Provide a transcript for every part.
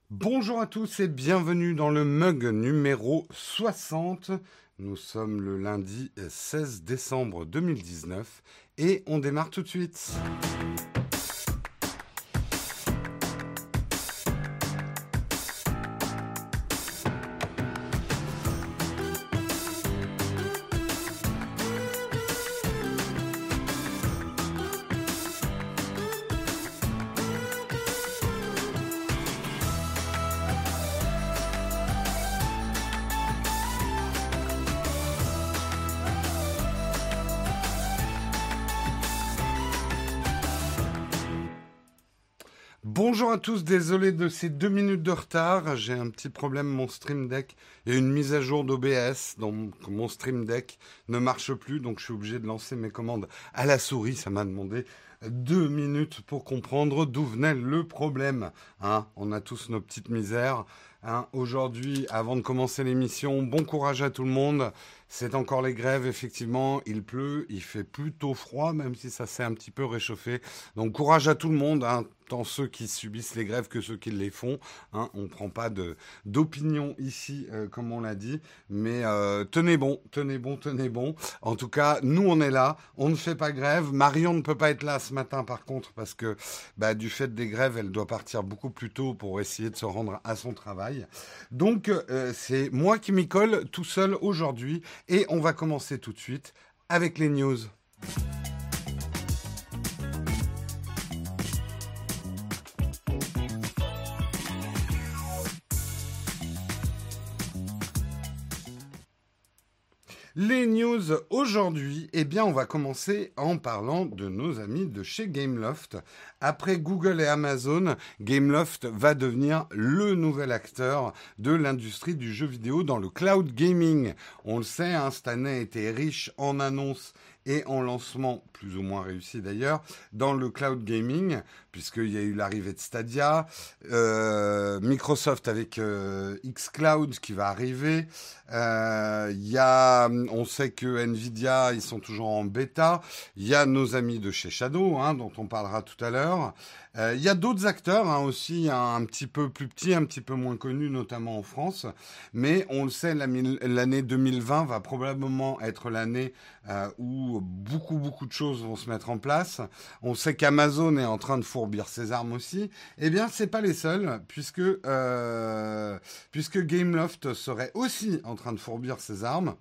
Bonjour à tous et bienvenue dans le mug numéro 60. Nous sommes le lundi 16 décembre 2019 et on démarre tout de suite. Bonjour à tous, désolé de ces 2 minutes de retard. J'ai un petit problème, mon Stream Deck. Il y a une mise à jour d'OBS, donc mon Stream Deck ne marche plus, donc je suis obligé de lancer mes commandes à la souris. Ça m'a demandé 2 minutes pour comprendre d'où venait le problème. Hein, on a tous nos petites misères. Hein, aujourd'hui, avant de commencer l'émission, bon courage à tout le monde. C'est encore les grèves, effectivement. Il pleut, il fait plutôt froid, même si ça s'est un petit peu réchauffé. Donc courage à tout le monde, hein, tant ceux qui subissent les grèves que ceux qui les font. Hein, on ne prend pas d'opinion ici, comme on l'a dit. Mais tenez bon, tenez bon, tenez bon. En tout cas, nous, on est là. On ne fait pas grève. Marion ne peut pas être là ce matin, par contre, parce que du fait des grèves, elle doit partir beaucoup plus tôt pour essayer de se rendre à son travail. Donc, c'est moi qui m'y colle tout seul aujourd'hui. Et on va commencer tout de suite avec les news. Les news aujourd'hui, eh bien, on va commencer en parlant de nos amis de chez Gameloft. Après Google et Amazon, Gameloft va devenir le nouvel acteur de l'industrie du jeu vidéo dans le cloud gaming. On le sait, hein, cette année a été riche en annonces et en lancement, plus ou moins réussi d'ailleurs, dans le cloud gaming, puisqu'il y a eu l'arrivée de Stadia, Microsoft avec xCloud qui va arriver, on sait que Nvidia, ils sont toujours en bêta, il y a nos amis de chez Shadow, hein, dont on parlera tout à l'heure. Il y a d'autres acteurs hein, aussi, un petit peu plus petits, un petit peu moins connus, notamment en France. Mais on le sait, l'année 2020 va probablement être l'année où beaucoup de choses vont se mettre en place. On sait qu'Amazon est en train de fourbir ses armes aussi. Eh bien, c'est pas les seuls, puisque Gameloft serait aussi en train de fourbir ses armes.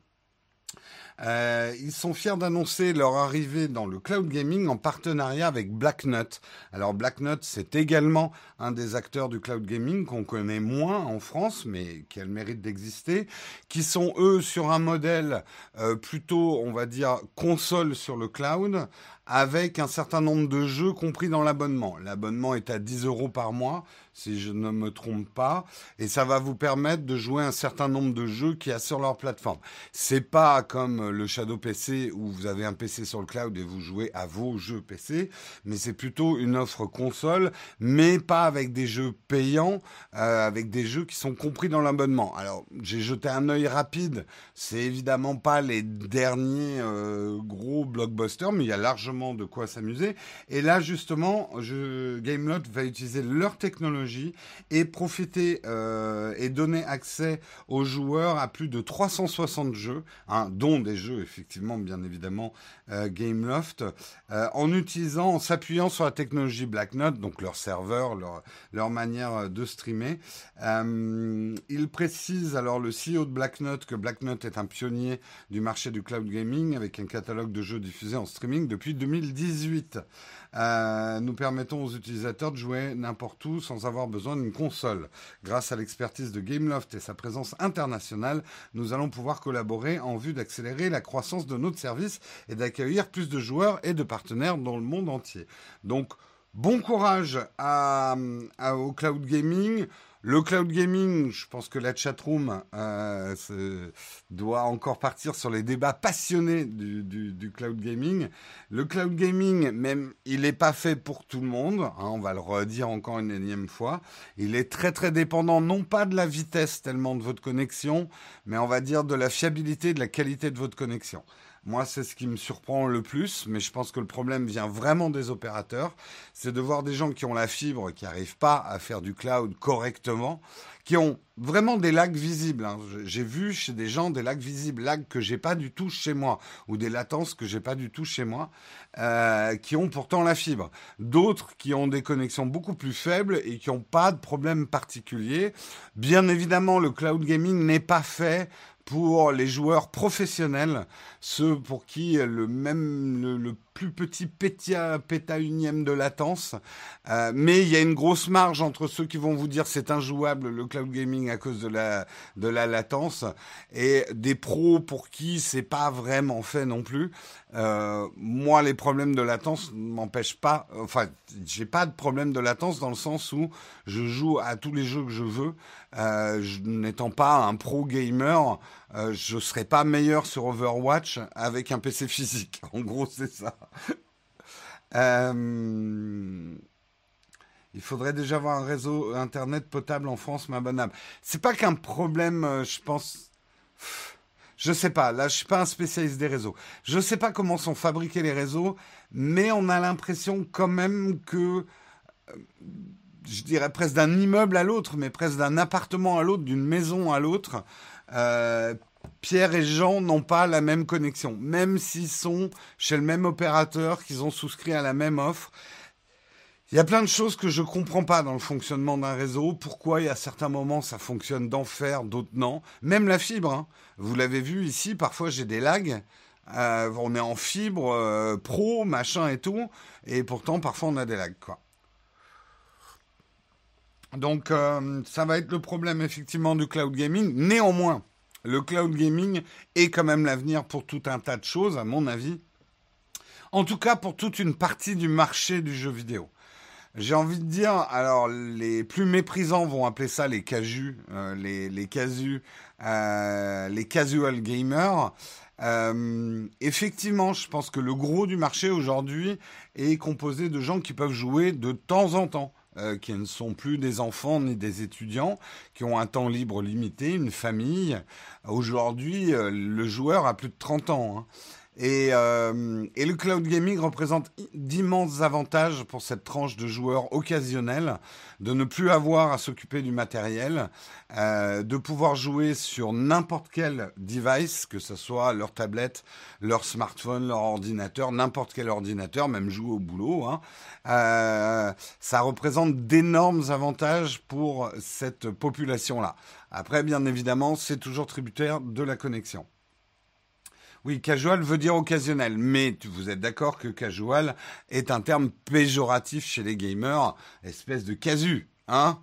Ils sont fiers d'annoncer leur arrivée dans le cloud gaming en partenariat avec Blacknut. Alors Blacknut, c'est également un des acteurs du cloud gaming qu'on connaît moins en France, mais qui a le mérite d'exister, qui sont eux sur un modèle plutôt, on va dire, console sur le cloud, avec un certain nombre de jeux compris dans l'abonnement. L'abonnement est à 10 € par mois, si je ne me trompe pas, et ça va vous permettre de jouer un certain nombre de jeux qu'il y a sur leur plateforme. C'est pas comme le Shadow PC où vous avez un PC sur le cloud et vous jouez à vos jeux PC, mais c'est plutôt une offre console, mais pas avec des jeux payants, avec des jeux qui sont compris dans l'abonnement. Alors, j'ai jeté un œil rapide, c'est évidemment pas les derniers gros blockbusters, mais il y a largement de quoi s'amuser. Et là, justement, Gameloft va utiliser leur technologie et profiter et donner accès aux joueurs à plus de 360 jeux, hein, dont des jeux, effectivement, bien évidemment, Gameloft, en s'appuyant sur la technologie Blacknut, donc leur serveur, leur manière de streamer. Il précise, alors, le CEO de Blacknut, que Blacknut est un pionnier du marché du cloud gaming avec un catalogue de jeux diffusés en streaming depuis 2018. Nous permettons aux utilisateurs de jouer n'importe où sans avoir besoin d'une console. Grâce à l'expertise de Gameloft et sa présence internationale, nous allons pouvoir collaborer en vue d'accélérer la croissance de notre service et d'accueillir plus de joueurs et de partenaires dans le monde entier. Donc, bon courage au cloud gaming. Le cloud gaming, je pense que la chatroom doit encore partir sur les débats passionnés du cloud gaming. Le cloud gaming, même, il n'est pas fait pour tout le monde, hein, on va le redire encore une énième fois. Il est très très dépendant, non pas de la vitesse tellement de votre connexion, mais on va dire de la fiabilité, de la qualité de votre connexion. Moi, c'est ce qui me surprend le plus, mais je pense que le problème vient vraiment des opérateurs. C'est de voir des gens qui ont la fibre, qui n'arrivent pas à faire du cloud correctement, qui ont vraiment des lags visibles, hein. J'ai vu chez des gens des lags visibles, lags que j'ai pas du tout chez moi, ou des latences que j'ai pas du tout chez moi, qui ont pourtant la fibre. D'autres qui ont des connexions beaucoup plus faibles et qui n'ont pas de problème particulier. Bien évidemment, le cloud gaming n'est pas fait pour les joueurs professionnels, ceux pour qui le plus petit péta unième de latence, mais il y a une grosse marge entre ceux qui vont vous dire c'est injouable le cloud gaming à cause de la latence et des pros pour qui c'est pas vraiment fait non plus. Moi, les problèmes de latence m'empêchent pas, enfin, j'ai pas de problème de latence dans le sens où je joue à tous les jeux que je veux. N'étant pas un pro gamer, je serais pas meilleur sur Overwatch avec un PC physique. En gros, c'est ça. Il faudrait déjà avoir un réseau internet potable en France, ma bonne âme. C'est pas qu'un problème, je pense. Je sais pas. Là, je suis pas un spécialiste des réseaux. Je sais pas comment sont fabriqués les réseaux, mais on a l'impression quand même que je dirais presque d'un immeuble à l'autre, mais presque d'un appartement à l'autre, d'une maison à l'autre, Pierre et Jean n'ont pas la même connexion. Même s'ils sont chez le même opérateur, qu'ils ont souscrit à la même offre. Il y a plein de choses que je comprends pas dans le fonctionnement d'un réseau. Pourquoi, il y a certains moments, ça fonctionne d'enfer, d'autres non. Même la fibre, hein. Vous l'avez vu ici, parfois j'ai des lags. On est en fibre pro, machin et tout. Et pourtant, parfois, on a des lags, quoi. Donc, ça va être le problème, effectivement, du cloud gaming. Néanmoins, le cloud gaming est quand même l'avenir pour tout un tas de choses, à mon avis. En tout cas, pour toute une partie du marché du jeu vidéo. J'ai envie de dire, alors les plus méprisants vont appeler ça les casus, les casual gamers. Effectivement, je pense que le gros du marché aujourd'hui est composé de gens qui peuvent jouer de temps en temps, qui ne sont plus des enfants ni des étudiants, qui ont un temps libre limité, une famille. Aujourd'hui, le joueur a plus de 30 ans, hein. Et le cloud gaming représente d'immenses avantages pour cette tranche de joueurs occasionnels, de ne plus avoir à s'occuper du matériel, de pouvoir jouer sur n'importe quel device, que ce soit leur tablette, leur smartphone, leur ordinateur, n'importe quel ordinateur, même jouer au boulot, hein. Ça représente d'énormes avantages pour cette population-là. Après, bien évidemment, c'est toujours tributaire de la connexion. Oui, casual veut dire occasionnel, mais vous êtes d'accord que casual est un terme péjoratif chez les gamers, espèce de casu, hein?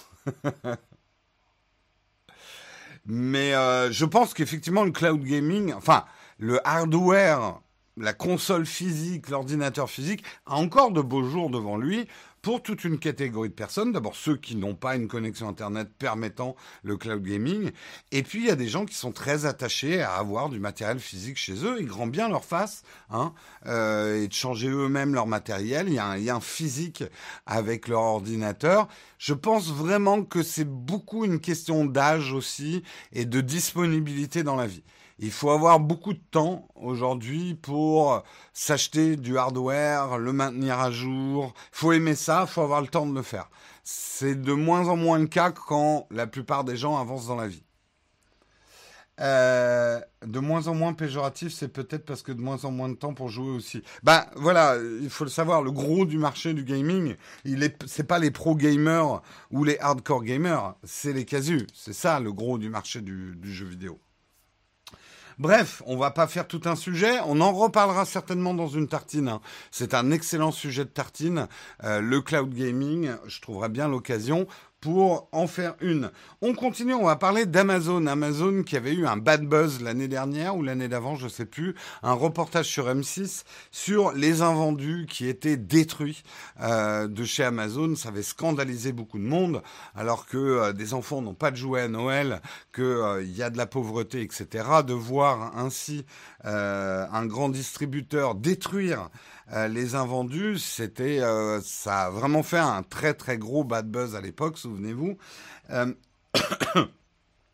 Mais je pense qu'effectivement le cloud gaming, enfin le hardware, la console physique, l'ordinateur physique, a encore de beaux jours devant lui pour toute une catégorie de personnes. D'abord ceux qui n'ont pas une connexion Internet permettant le cloud gaming. Et puis il y a des gens qui sont très attachés à avoir du matériel physique chez eux. Ils rendent bien leur face, hein, et de changer eux-mêmes leur matériel. Il y a un lien physique avec leur ordinateur. Je pense vraiment que c'est beaucoup une question d'âge aussi et de disponibilité dans la vie. Il faut avoir beaucoup de temps aujourd'hui pour s'acheter du hardware, le maintenir à jour. Il faut aimer ça, il faut avoir le temps de le faire. C'est de moins en moins le cas quand la plupart des gens avancent dans la vie. De moins en moins péjoratif, c'est peut-être parce que de moins en moins de temps pour jouer aussi. Ben voilà, il faut le savoir, le gros du marché du gaming, c'est pas les pro gamers ou les hardcore gamers, c'est les casus. C'est ça le gros du marché du jeu vidéo. Bref, on va pas faire tout un sujet, on en reparlera certainement dans une tartine, hein. C'est un excellent sujet de tartine, le cloud gaming, je trouverai bien l'occasion pour en faire une. On continue, on va parler d'Amazon. Amazon qui avait eu un bad buzz l'année dernière ou l'année d'avant, je sais plus, un reportage sur M6 sur les invendus qui étaient détruits de chez Amazon. Ça avait scandalisé beaucoup de monde, alors que des enfants n'ont pas de jouets à Noël, que y a de la pauvreté, etc. De voir ainsi un grand distributeur détruire les invendus, ça a vraiment fait un très très gros bad buzz à l'époque, souvenez-vous.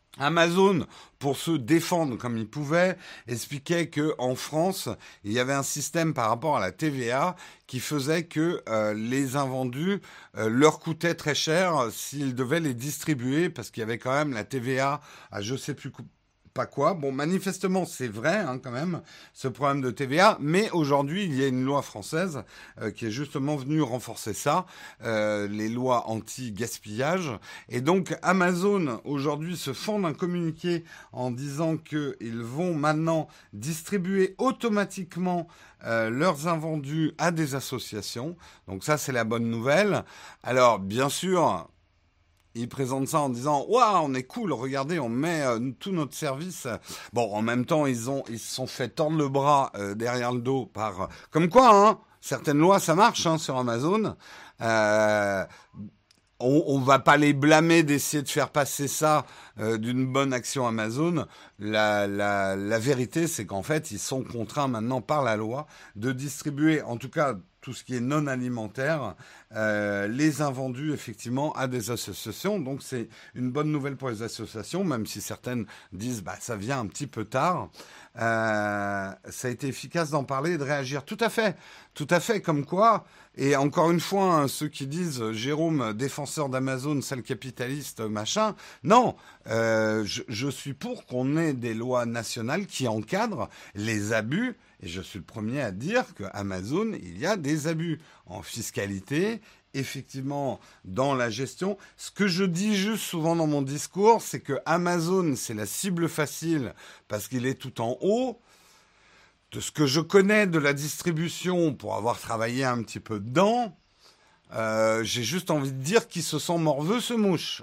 Amazon, pour se défendre comme il pouvait, expliquait que en France, il y avait un système par rapport à la TVA qui faisait que les invendus leur coûtaient très cher s'ils devaient les distribuer parce qu'il y avait quand même la TVA à je sais plus pas quoi. Bon, manifestement, c'est vrai hein, quand même, ce problème de TVA, mais aujourd'hui, il y a une loi française qui est justement venue renforcer ça, les lois anti-gaspillage. Et donc, Amazon, aujourd'hui, se fend d'un communiqué en disant qu'ils vont maintenant distribuer automatiquement leurs invendus à des associations. Donc ça, c'est la bonne nouvelle. Alors, bien sûr, ils présentent ça en disant waouh, on est cool, regardez, on met tout notre service. Bon, en même temps, ils se sont fait tordre le bras derrière le dos par comme quoi, hein, certaines lois, ça marche hein, sur Amazon. Euh, on va pas les blâmer d'essayer de faire passer ça d'une bonne action Amazon. La vérité, c'est qu'en fait, ils sont contraints maintenant par la loi de distribuer, en tout cas tout ce qui est non alimentaire, les invendus effectivement à des associations. Donc c'est une bonne nouvelle pour les associations, même si certaines disent bah ça vient un petit peu tard. Ça a été efficace d'en parler et de réagir. Tout à fait, comme quoi. Et encore une fois, hein, ceux qui disent Jérôme, défenseur d'Amazon, sale capitaliste, machin. Non, je suis pour qu'on ait des lois nationales qui encadrent les abus. Et je suis le premier à dire qu'à Amazon, il y a des abus en fiscalité, effectivement, dans la gestion. Ce que je dis juste souvent dans mon discours, c'est que Amazon, c'est la cible facile parce qu'il est tout en haut. De ce que je connais de la distribution, pour avoir travaillé un petit peu dedans, j'ai juste envie de dire qui se sent morveux se mouche.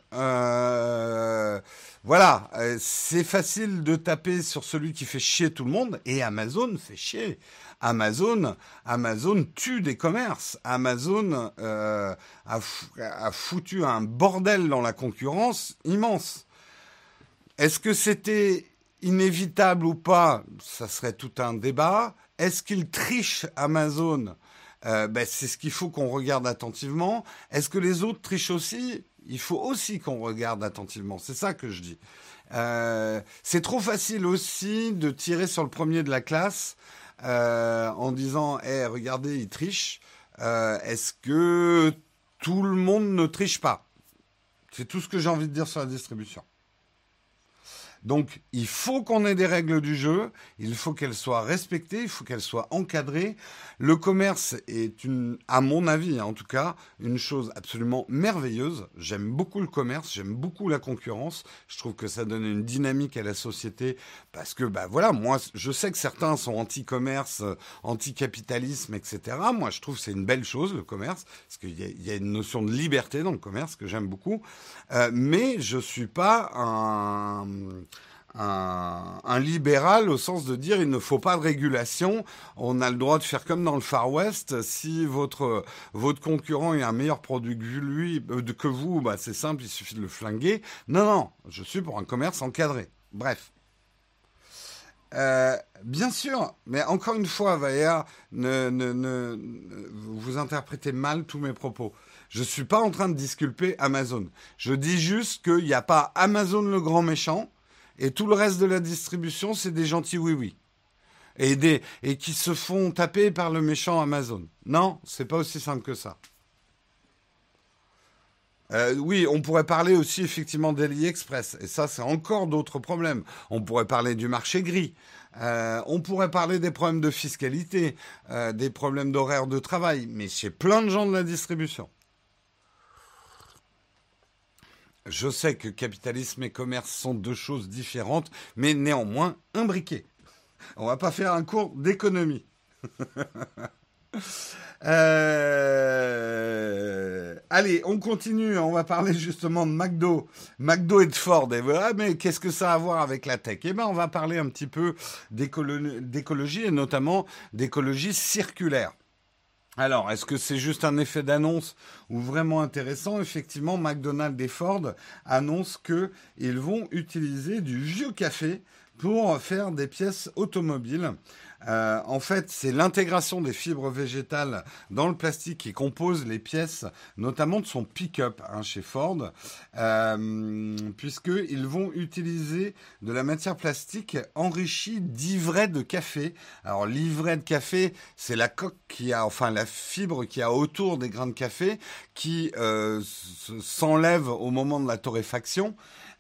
Voilà, c'est facile de taper sur celui qui fait chier tout le monde, et Amazon fait chier. Amazon tue des commerces. Amazon a foutu un bordel dans la concurrence immense. Est-ce que c'était inévitable ou pas? Ça serait tout un débat. Est-ce qu'il triche Amazon? C'est ce qu'il faut qu'on regarde attentivement. Est-ce que les autres trichent aussi? Il faut aussi qu'on regarde attentivement. C'est ça que je dis. C'est trop facile aussi de tirer sur le premier de la classe en disant regardez, il triche. Est-ce que tout le monde ne triche pas? C'est tout ce que j'ai envie de dire sur la distribution. Donc, il faut qu'on ait des règles du jeu, il faut qu'elles soient respectées, il faut qu'elles soient encadrées. Le commerce est, à mon avis, en tout cas, une chose absolument merveilleuse. J'aime beaucoup le commerce, j'aime beaucoup la concurrence. Je trouve que ça donne une dynamique à la société parce que, voilà, moi, je sais que certains sont anti-commerce, anti-capitalisme, etc. Moi, je trouve que c'est une belle chose, le commerce, parce qu'il y a une notion de liberté dans le commerce que j'aime beaucoup. Mais je suis pas un libéral au sens de dire il ne faut pas de régulation, on a le droit de faire comme dans le Far West, si votre concurrent est un meilleur produit que vous, c'est simple, il suffit de le flinguer. Non, je suis pour un commerce encadré. Bref. Bien sûr, mais encore une fois, Vaïa, vous interprétez mal tous mes propos. Je suis pas en train de disculper Amazon. Je dis juste qu'il n'y a pas Amazon le grand méchant et tout le reste de la distribution, c'est des gentils oui-oui. Et qui se font taper par le méchant Amazon. Non, c'est pas aussi simple que ça. Oui, on pourrait parler aussi effectivement d'AliExpress. Et ça, c'est encore d'autres problèmes. On pourrait parler du marché gris. On pourrait parler des problèmes de fiscalité, des problèmes d'horaire de travail. Mais chez plein de gens de la distribution. Je sais que capitalisme et commerce sont deux choses différentes, mais néanmoins imbriquées. On va pas faire un cours d'économie. Allez, on continue. On va parler justement de McDo et de Ford. Et voilà, mais qu'est-ce que ça a à voir avec la tech? Eh ben, on va parler un petit peu d'écologie et notamment d'écologie circulaire. Alors, est-ce que c'est juste un effet d'annonce ou vraiment intéressant? Effectivement, McDonald's et Ford annoncent qu'ils vont utiliser du vieux café pour faire des pièces automobiles. En fait, c'est l'intégration des fibres végétales dans le plastique qui compose les pièces, notamment de son pick-up chez Ford, puisqu'ils vont utiliser de la matière plastique enrichie d'ivraie de café. Alors l'ivraie de café, c'est la coque enfin la fibre qui a autour des grains de café qui s'enlève au moment de la torréfaction.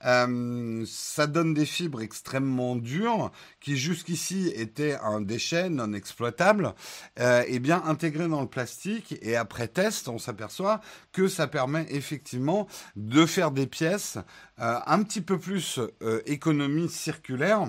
Ça donne des fibres extrêmement dures qui jusqu'ici étaient un déchet non exploitable, et bien intégré dans le plastique. Et après test, on s'aperçoit que ça permet effectivement de faire des pièces un petit peu plus économie circulaire.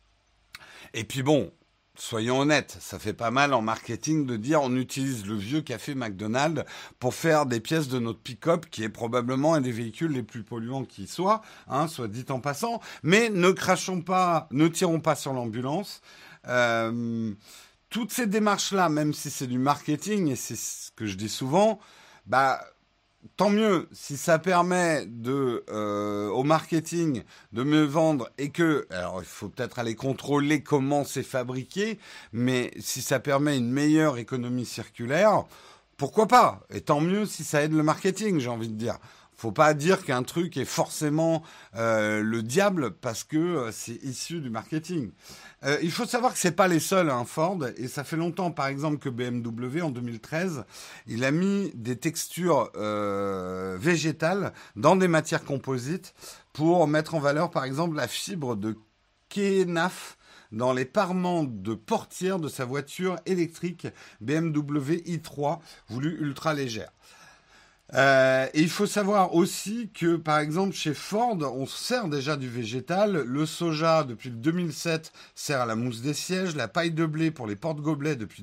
Et puis bon, soyons honnêtes, ça fait pas mal en marketing de dire on utilise le vieux café McDonald's pour faire des pièces de notre pick-up qui est probablement un des véhicules les plus polluants qui soit, soit dit en passant. Mais ne crachons pas, ne tirons pas sur l'ambulance. Toutes ces démarches-là, même si c'est du marketing, et c'est ce que je dis souvent, tant mieux si ça permet au marketing de mieux vendre et alors il faut peut-être aller contrôler comment c'est fabriqué, mais si ça permet une meilleure économie circulaire, pourquoi pas? Et tant mieux si ça aide le marketing, j'ai envie de dire. Faut pas dire qu'un truc est forcément le diable parce que c'est issu du marketing. Il faut savoir que c'est pas les seuls, Ford, et ça fait longtemps, par exemple, que BMW, en 2013, il a mis des textures végétales dans des matières composites pour mettre en valeur, par exemple, la fibre de Kenaf dans les parements de portière de sa voiture électrique BMW i3, voulue ultra légère. Et il faut savoir aussi que, par exemple, chez Ford, on sert déjà du végétal. Le soja, depuis le 2007, sert à la mousse des sièges. La paille de blé pour les porte-gobelets depuis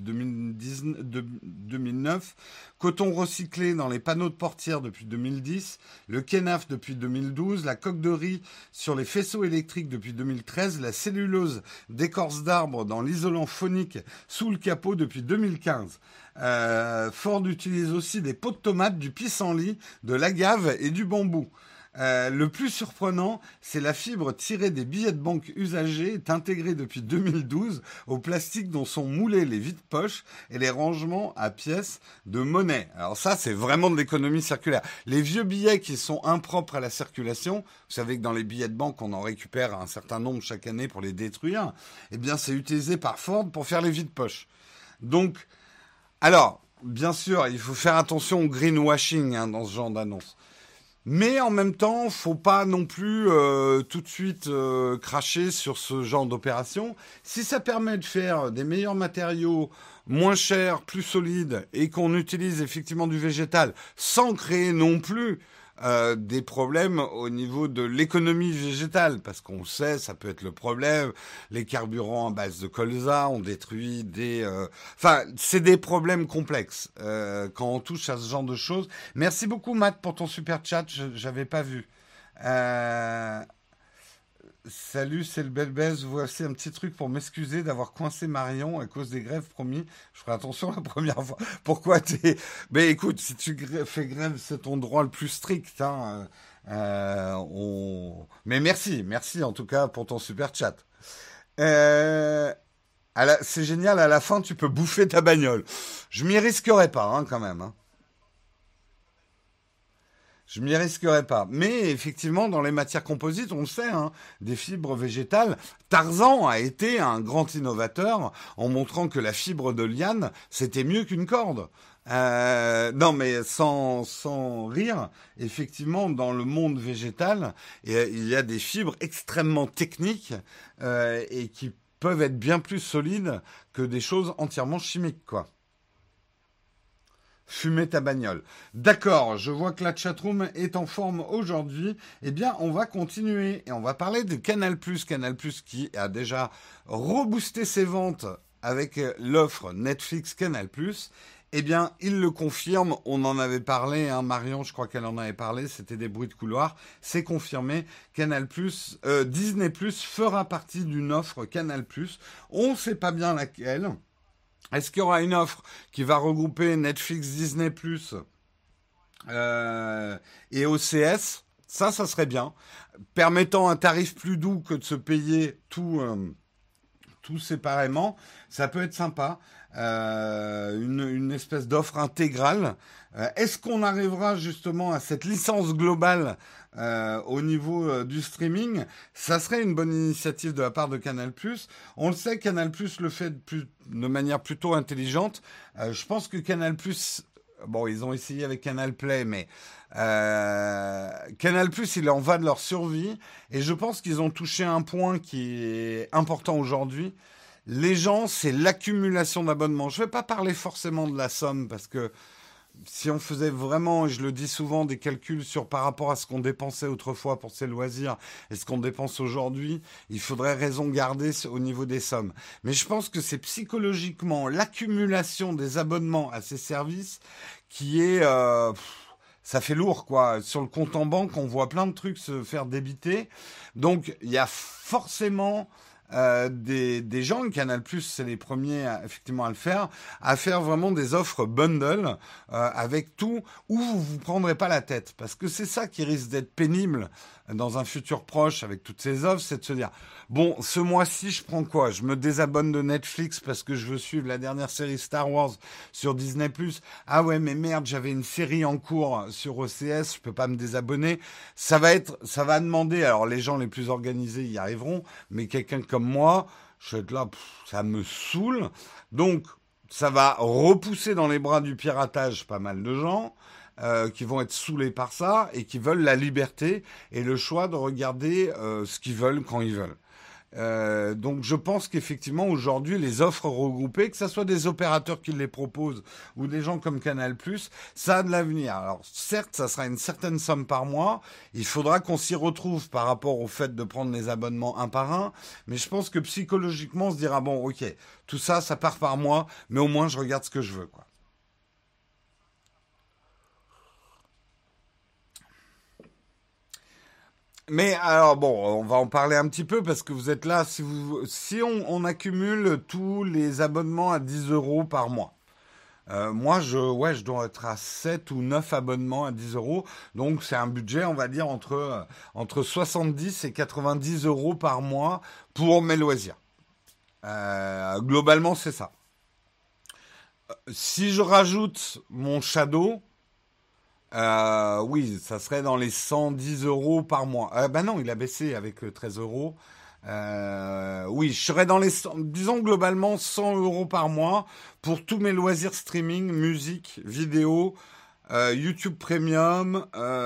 2009. Coton recyclé dans les panneaux de portière depuis 2010. Le Kenaf depuis 2012. La coque de riz sur les faisceaux électriques depuis 2013. La cellulose d'écorce d'arbre dans l'isolant phonique sous le capot depuis 2015. Ford utilise aussi des pots de tomates, du pissenlit, de l'agave et du bambou. Le plus surprenant, c'est la fibre tirée des billets de banque usagés est intégrée depuis 2012 au plastique dont sont moulés les vides-poches et les rangements à pièces de monnaie. Alors ça, c'est vraiment de l'économie circulaire. Les vieux billets qui sont impropres à la circulation, vous savez que dans les billets de banque, on en récupère un certain nombre chaque année pour les détruire, eh bien c'est utilisé par Ford pour faire les vides-poches. Donc, alors, bien sûr, il faut faire attention au greenwashing dans ce genre d'annonce. Mais en même temps, faut pas non plus tout de suite cracher sur ce genre d'opération. Si ça permet de faire des meilleurs matériaux, moins chers, plus solides, et qu'on utilise effectivement du végétal, sans créer non plus des problèmes au niveau de l'économie végétale, parce qu'on sait, ça peut être le problème. Les carburants à base de colza ont détruit Enfin, c'est des problèmes complexes quand on touche à ce genre de choses. Merci beaucoup, Matt, pour ton super chat. J'avais pas vu. Salut, c'est le Belbès. Voici un petit truc pour m'excuser d'avoir coincé Marion à cause des grèves, promis. Je ferai attention la première fois. Pourquoi t'es... Mais écoute, si tu fais grève, c'est ton droit le plus strict. Mais merci en tout cas pour ton super chat. C'est génial, à la fin, tu peux bouffer ta bagnole. Je m'y risquerai pas, quand même. Je m'y risquerai pas. Mais effectivement, dans les matières composites, on le sait, des fibres végétales. Tarzan a été un grand innovateur en montrant que la fibre de liane, c'était mieux qu'une corde. Non, mais sans rire, effectivement, dans le monde végétal, il y a des fibres extrêmement techniques et qui peuvent être bien plus solides que des choses entièrement chimiques, quoi. Fumer ta bagnole. D'accord, je vois que la chatroom est en forme aujourd'hui. Eh bien, on va continuer et on va parler de Canal+. Canal+, qui a déjà reboosté ses ventes avec l'offre Netflix Canal+. Eh bien, il le confirme. On en avait parlé, Marion, je crois qu'elle en avait parlé. C'était des bruits de couloir. C'est confirmé. Disney+ fera partie d'une offre Canal+. On ne sait pas bien laquelle. Est-ce qu'il y aura une offre qui va regrouper Netflix, Disney+, et OCS? Ça serait bien. Permettant un tarif plus doux que de se payer tout tout séparément, ça peut être sympa. Une espèce d'offre intégrale. Est-ce qu'on arrivera justement à cette licence globale au niveau du streaming? Ça serait une bonne initiative de la part de Canal+. On le sait, Canal+ le fait de manière plutôt intelligente. Je pense que Canal+, bon, ils ont essayé avec Canal Play, mais Canal+, il en va de leur survie. Et je pense qu'ils ont touché un point qui est important aujourd'hui. Les gens, c'est l'accumulation d'abonnements. Je ne vais pas parler forcément de la somme, parce que si on faisait vraiment, et je le dis souvent, des calculs sur par rapport à ce qu'on dépensait autrefois pour ses loisirs et ce qu'on dépense aujourd'hui, il faudrait raison garder au niveau des sommes. Mais je pense que c'est psychologiquement l'accumulation des abonnements à ces services qui est... ça fait lourd, quoi. Sur le compte en banque, on voit plein de trucs se faire débiter. Donc, il y a forcément des gens, le Canal+, c'est les premiers effectivement à le faire, à faire vraiment des offres bundle avec tout, où vous vous prendrez pas la tête. Parce que c'est ça qui risque d'être pénible dans un futur proche avec toutes ces offres, c'est de se dire, bon, ce mois-ci, je prends quoi? Je me désabonne de Netflix parce que je veux suivre la dernière série Star Wars sur Disney+. Ah ouais, mais merde, j'avais une série en cours sur OCS, je peux pas me désabonner. Ça va demander, alors les gens les plus organisés y arriveront, mais quelqu'un comme moi, je vais être là, ça me saoule. Donc, ça va repousser dans les bras du piratage pas mal de gens qui vont être saoulés par ça et qui veulent la liberté et le choix de regarder ce qu'ils veulent quand ils veulent. Donc je pense qu'effectivement aujourd'hui les offres regroupées, que ce soit des opérateurs qui les proposent ou des gens comme Canal+, ça a de l'avenir. Alors certes, ça sera une certaine somme par mois. Il faudra qu'on s'y retrouve par rapport au fait de prendre les abonnements un par un. Mais je pense que psychologiquement on se dira bon, ok, tout ça, ça part par mois, mais au moins je regarde ce que je veux, quoi. Mais alors bon, on va en parler un petit peu parce que vous êtes là. Si on accumule tous les abonnements à 10 euros par mois, moi ouais, je dois être à 7 ou 9 abonnements à 10 euros. Donc c'est un budget, on va dire entre 70 et 90 euros par mois pour mes loisirs. Globalement, c'est ça. Si je rajoute mon Shadow, oui, ça serait dans les 110 euros par mois. Ben non, il a baissé avec 13 euros. Oui, je serais dans les, disons globalement 100 euros par mois pour tous mes loisirs streaming, musique, vidéo, YouTube Premium,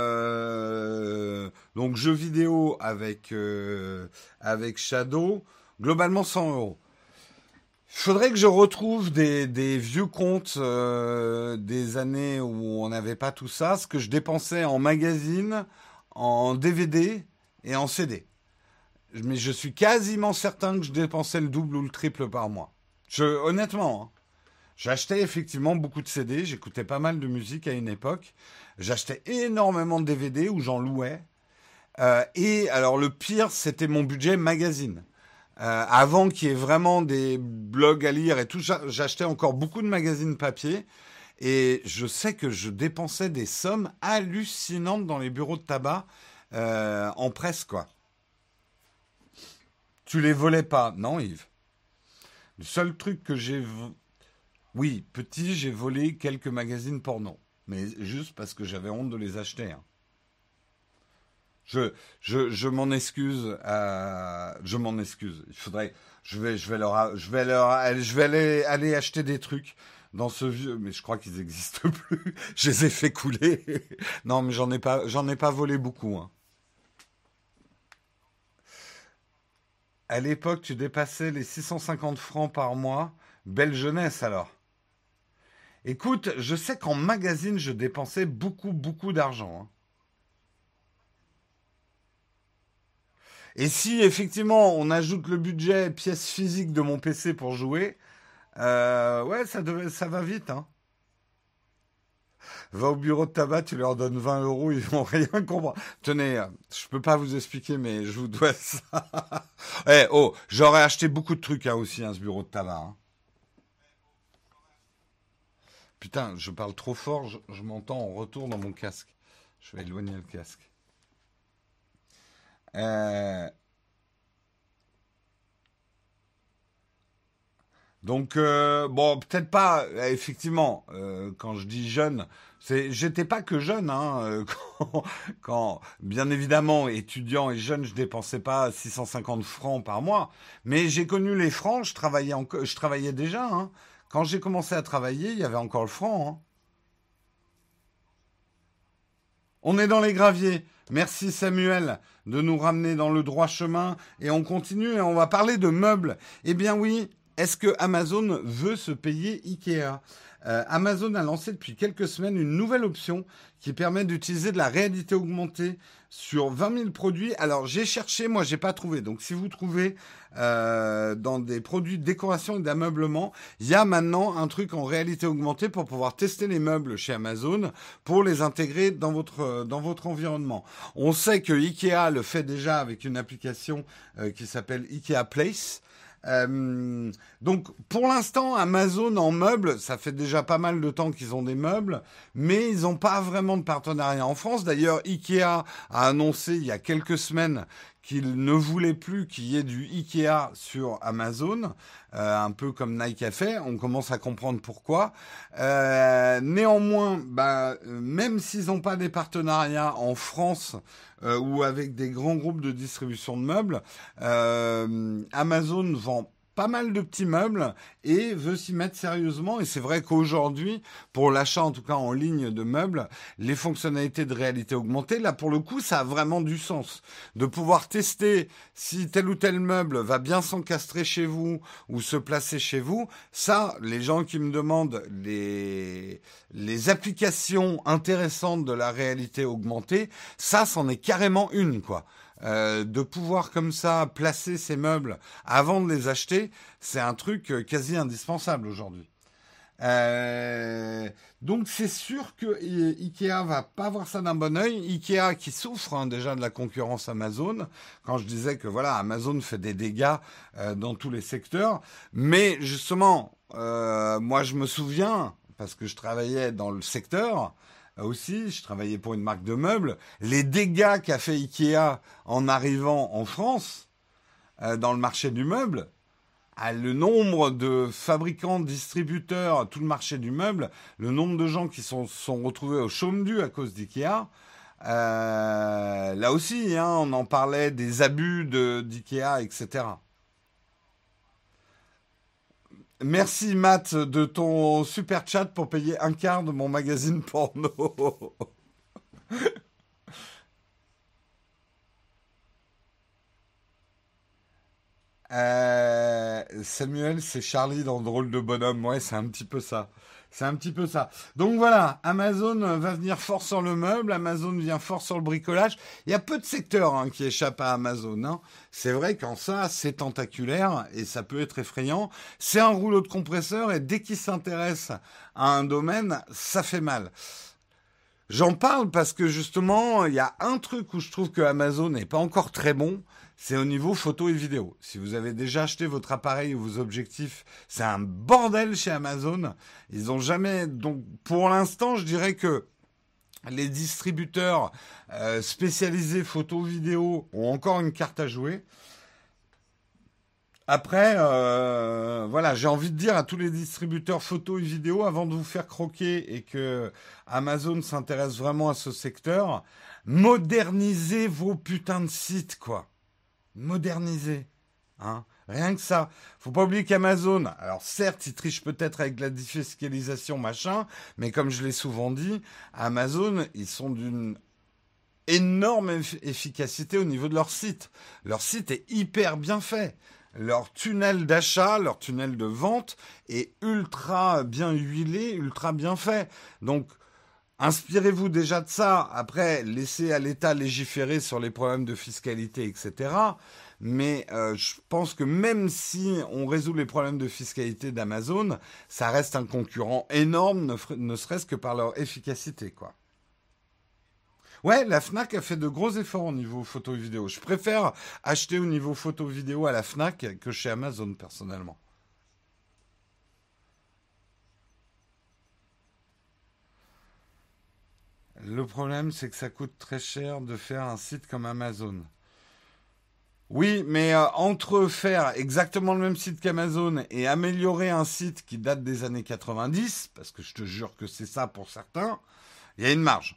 donc jeux vidéo avec Shadow. Globalement 100 euros. Il faudrait que je retrouve des vieux comptes des années où on n'avait pas tout ça, ce que je dépensais en magazine, en DVD et en CD. Mais je suis quasiment certain que je dépensais le double ou le triple par mois. Honnêtement, hein, j'achetais effectivement beaucoup de CD, j'écoutais pas mal de musique à une époque. J'achetais énormément de DVD où j'en louais. Et alors le pire, c'était mon budget magazine. Avant qu'il y ait vraiment des blogs à lire et tout, j'achetais encore beaucoup de magazines papier. Et je sais que je dépensais des sommes hallucinantes dans les bureaux de tabac en presse, quoi. Tu les volais pas, non, Yves? Le seul truc que oui, petit, j'ai volé quelques magazines porno. Mais juste parce que j'avais honte de les acheter, hein. Je m'en excuse. Je m'en excuse. Il faudrait. Je vais aller acheter des trucs dans ce vieux. Mais je crois qu'ils n'existent plus. Je les ai fait couler. Non, mais j'en ai pas volé beaucoup, hein. À l'époque, tu dépassais les 650 francs par mois. Belle jeunesse alors. Écoute, je sais qu'en magazine, je dépensais beaucoup, beaucoup d'argent, hein. Et si effectivement on ajoute le budget pièces physiques de mon PC pour jouer, ouais, ça va vite, hein. Va au bureau de tabac, tu leur donnes 20 euros, ils vont rien comprendre. Tenez, je peux pas vous expliquer, mais je vous dois ça. Eh, oh, j'aurais acheté beaucoup de trucs hein, aussi, hein, ce bureau de tabac, hein. Putain, je parle trop fort, je m'entends en retour dans mon casque. Je vais éloigner le casque. Euh, Donc, bon, peut-être pas, effectivement, quand je dis jeune, j'étais pas que jeune, hein, bien évidemment, étudiant et jeune, je dépensais pas 650 francs par mois, mais j'ai connu les francs, je travaillais déjà, hein. Quand j'ai commencé à travailler, il y avait encore le franc, hein. On est dans les graviers. Merci Samuel de nous ramener dans le droit chemin et on continue et on va parler de meubles. Eh bien oui, est-ce que Amazon veut se payer Ikea? Amazon a lancé depuis quelques semaines une nouvelle option qui permet d'utiliser de la réalité augmentée sur 20 000 produits. Alors j'ai cherché, moi j'ai pas trouvé. Donc si vous trouvez dans des produits de décoration et d'ameublement, il y a maintenant un truc en réalité augmentée pour pouvoir tester les meubles chez Amazon pour les intégrer dans votre environnement. On sait que Ikea le fait déjà avec une application qui s'appelle Ikea Place. Donc pour l'instant, Amazon en meubles, ça fait déjà pas mal de temps qu'ils ont des meubles, mais ils n'ont pas vraiment de partenariat en France. D'ailleurs, Ikea a annoncé il y a quelques semaines qu'il ne voulait plus qu'il y ait du Ikea sur Amazon, un peu comme Nike a fait. On commence à comprendre pourquoi. Néanmoins, même s'ils n'ont pas des partenariats en France ou avec des grands groupes de distribution de meubles, Amazon vend pas mal de petits meubles et veut s'y mettre sérieusement. Et c'est vrai qu'aujourd'hui, pour l'achat en tout cas en ligne de meubles, les fonctionnalités de réalité augmentée, là pour le coup, ça a vraiment du sens. De pouvoir tester si tel ou tel meuble va bien s'encastrer chez vous ou se placer chez vous, ça, les gens qui me demandent les applications intéressantes de la réalité augmentée, ça, c'en est carrément une, quoi. De pouvoir comme ça placer ces meubles avant de les acheter, c'est un truc quasi indispensable aujourd'hui. Donc c'est sûr que Ikea va pas voir ça d'un bon œil. Ikea qui souffre déjà de la concurrence Amazon. Quand je disais que voilà, Amazon fait des dégâts dans tous les secteurs, mais justement, moi je me souviens parce que je travaillais dans le secteur. Aussi, je travaillais pour une marque de meubles. Les dégâts qu'a fait Ikea en arrivant en France, dans le marché du meuble, le nombre de fabricants, distributeurs, tout le marché du meuble, le nombre de gens qui sont retrouvés au chaume du à cause d'Ikea, là aussi, hein, on en parlait des abus d'Ikea, etc. Merci Matt de ton super chat pour payer un quart de mon magazine porno. Samuel, c'est Charlie dans Drôle de bonhomme. Ouais, c'est un petit peu ça. C'est un petit peu ça. Donc voilà, Amazon va venir fort sur le meuble, Amazon vient fort sur le bricolage. Il y a peu de secteurs hein, qui échappent à Amazon. Hein. C'est vrai qu'en ça, c'est tentaculaire et ça peut être effrayant. C'est un rouleau de compresseur et dès qu'il s'intéresse à un domaine, ça fait mal. J'en parle parce que justement, il y a un truc où je trouve que Amazon n'est pas encore très bon, c'est au niveau photo et vidéo. Si vous avez déjà acheté votre appareil ou vos objectifs, c'est un bordel chez Amazon. Ils ont jamais. Donc, pour l'instant, je dirais que les distributeurs spécialisés photo vidéo ont encore une carte à jouer. Après, voilà, j'ai envie de dire à tous les distributeurs photo et vidéo, avant de vous faire croquer et que Amazon s'intéresse vraiment à ce secteur, modernisez vos putains de sites, quoi. Modernisez. Hein. Rien que ça. Faut pas oublier qu'Amazon, alors certes, ils trichent peut-être avec la défiscalisation, machin, mais comme je l'ai souvent dit, Amazon, ils sont d'une énorme efficacité au niveau de leur site. Leur site est hyper bien fait. Leur tunnel d'achat, leur tunnel de vente est ultra bien huilé, ultra bien fait. Donc, inspirez-vous déjà de ça. Après, laissez à l'État légiférer sur les problèmes de fiscalité, etc. Mais je pense que même si on résout les problèmes de fiscalité d'Amazon, ça reste un concurrent énorme, ne serait-ce que par leur efficacité, quoi. Ouais, la Fnac a fait de gros efforts au niveau photo et vidéo. Je préfère acheter au niveau photo et vidéo à la Fnac que chez Amazon personnellement. Le problème, c'est que ça coûte très cher de faire un site comme Amazon. Oui, mais entre faire exactement le même site qu'Amazon et améliorer un site qui date des années 90, parce que je te jure que c'est ça pour certains, il y a une marge.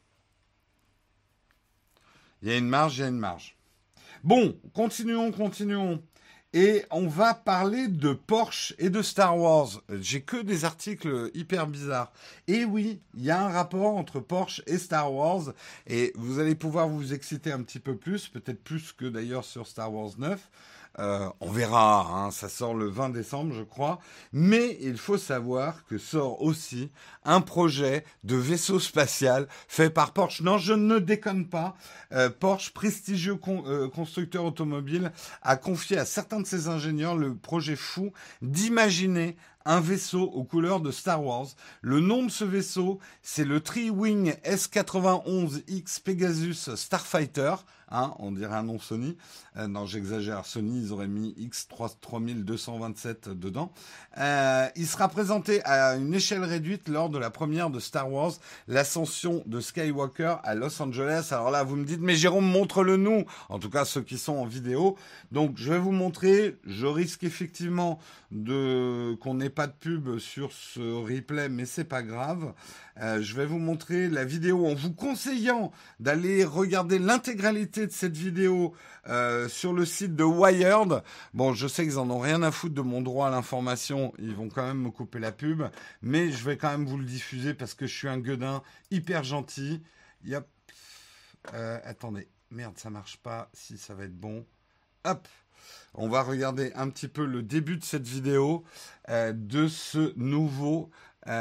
Il y a une marge, il y a une marge. Bon, continuons. Et on va parler de Porsche et de Star Wars. J'ai que des articles hyper bizarres. Et oui, il y a un rapport entre Porsche et Star Wars. Et vous allez pouvoir vous exciter un petit peu plus, peut-être plus que d'ailleurs sur Star Wars 9. On verra, hein, ça sort le 20 décembre, je crois. Mais il faut savoir que sort aussi un projet de vaisseau spatial fait par Porsche. Non, je ne déconne pas. Porsche, prestigieux constructeur automobile, a confié à certains de ses ingénieurs le projet fou d'imaginer un vaisseau aux couleurs de Star Wars. Le nom de ce vaisseau, c'est le Tri-Wing S91X Pegasus Starfighter. Hein, on dirait un nom Sony. Non, j'exagère. Sony, ils auraient mis X3227 dedans. Il sera présenté à une échelle réduite lors de la première de Star Wars, l'ascension de Skywalker à Los Angeles. Alors là, vous me dites, mais Jérôme, montre-le nous. En tout cas, ceux qui sont en vidéo. Donc, je vais vous montrer. Je risque effectivement qu'on n'ait pas de pub sur ce replay, mais c'est pas grave. Je vais vous montrer la vidéo en vous conseillant d'aller regarder l'intégralité de cette vidéo sur le site de Wired. Bon, je sais qu'ils en ont rien à foutre de mon droit à l'information, ils vont quand même me couper la pub, mais je vais quand même vous le diffuser parce que je suis un gueudin hyper gentil. Yep. Attendez, merde, ça marche pas. Si, ça va être bon. Hop. On va regarder un petit peu le début de cette vidéo de ce nouveau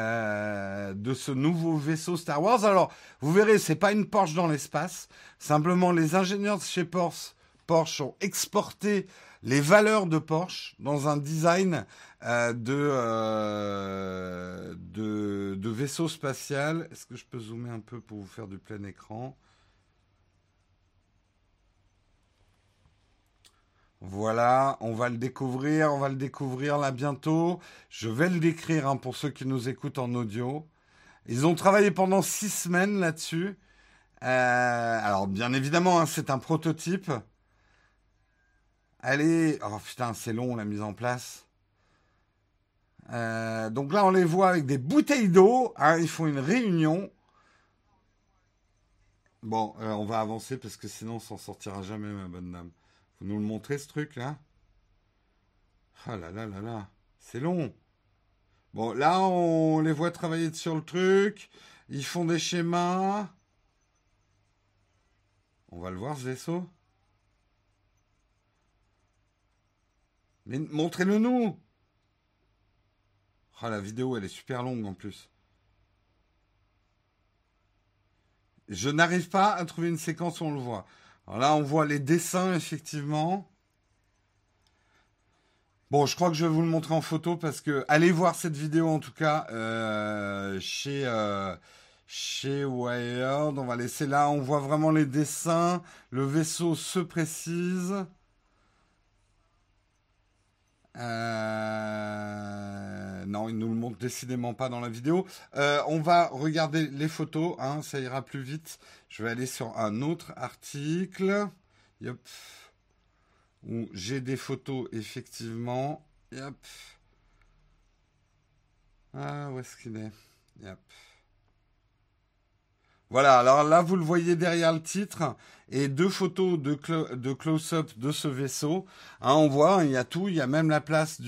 vaisseau Star Wars. Alors, vous verrez, c'est pas une Porsche dans l'espace. Simplement, les ingénieurs de chez Porsche ont exporté les valeurs de Porsche dans un design de vaisseau spatial. Est-ce que je peux zoomer un peu pour vous faire du plein écran? Voilà, on va le découvrir là bientôt. Je vais le décrire hein, pour ceux qui nous écoutent en audio. Ils ont travaillé pendant 6 semaines là-dessus. Alors bien évidemment, hein, c'est un prototype. Allez, oh putain, c'est long la mise en place. Donc là, on les voit avec des bouteilles d'eau. Hein, ils font une réunion. Bon, on va avancer parce que sinon, on s'en sortira jamais, ma bonne dame. Vous nous le montrez ce truc là? Ah là là là là, c'est long. Bon, là, on les voit travailler sur le truc. Ils font des schémas. On va le voir, ce vaisseau. Mais montrez-le nous. Ah, la vidéo, elle est super longue en plus. Je n'arrive pas à trouver une séquence où on le voit. Alors là, on voit les dessins, effectivement. Bon, je crois que je vais vous le montrer en photo parce que allez voir cette vidéo en tout cas chez Wired. On va laisser là, on voit vraiment les dessins. Le vaisseau se précise. Non, il nous le montre décidément pas dans la vidéo. On va regarder les photos, hein, ça ira plus vite. Je vais aller sur un autre article. Yep. Où j'ai des photos effectivement. Yep. Ah, où est-ce qu'il est? Yep. Voilà, alors là, vous le voyez derrière le titre et deux photos de close-up de ce vaisseau. Hein, on voit, il y a tout, il y a même la place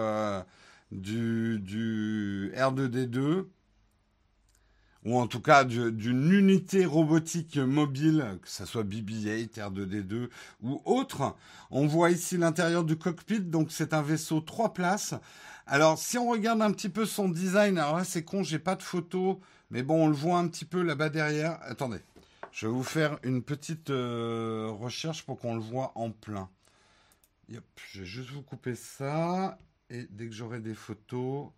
du R2D2 ou en tout cas d'une unité robotique mobile, que ce soit BB-8, R2D2 ou autre. On voit ici l'intérieur du cockpit, donc c'est un vaisseau 3 places. Alors si on regarde un petit peu son design, alors là c'est con, j'ai pas de photo, mais bon on le voit un petit peu là-bas derrière. Attendez, je vais vous faire une petite recherche pour qu'on le voit en plein. Yep, je vais juste vous couper ça, et dès que j'aurai des photos...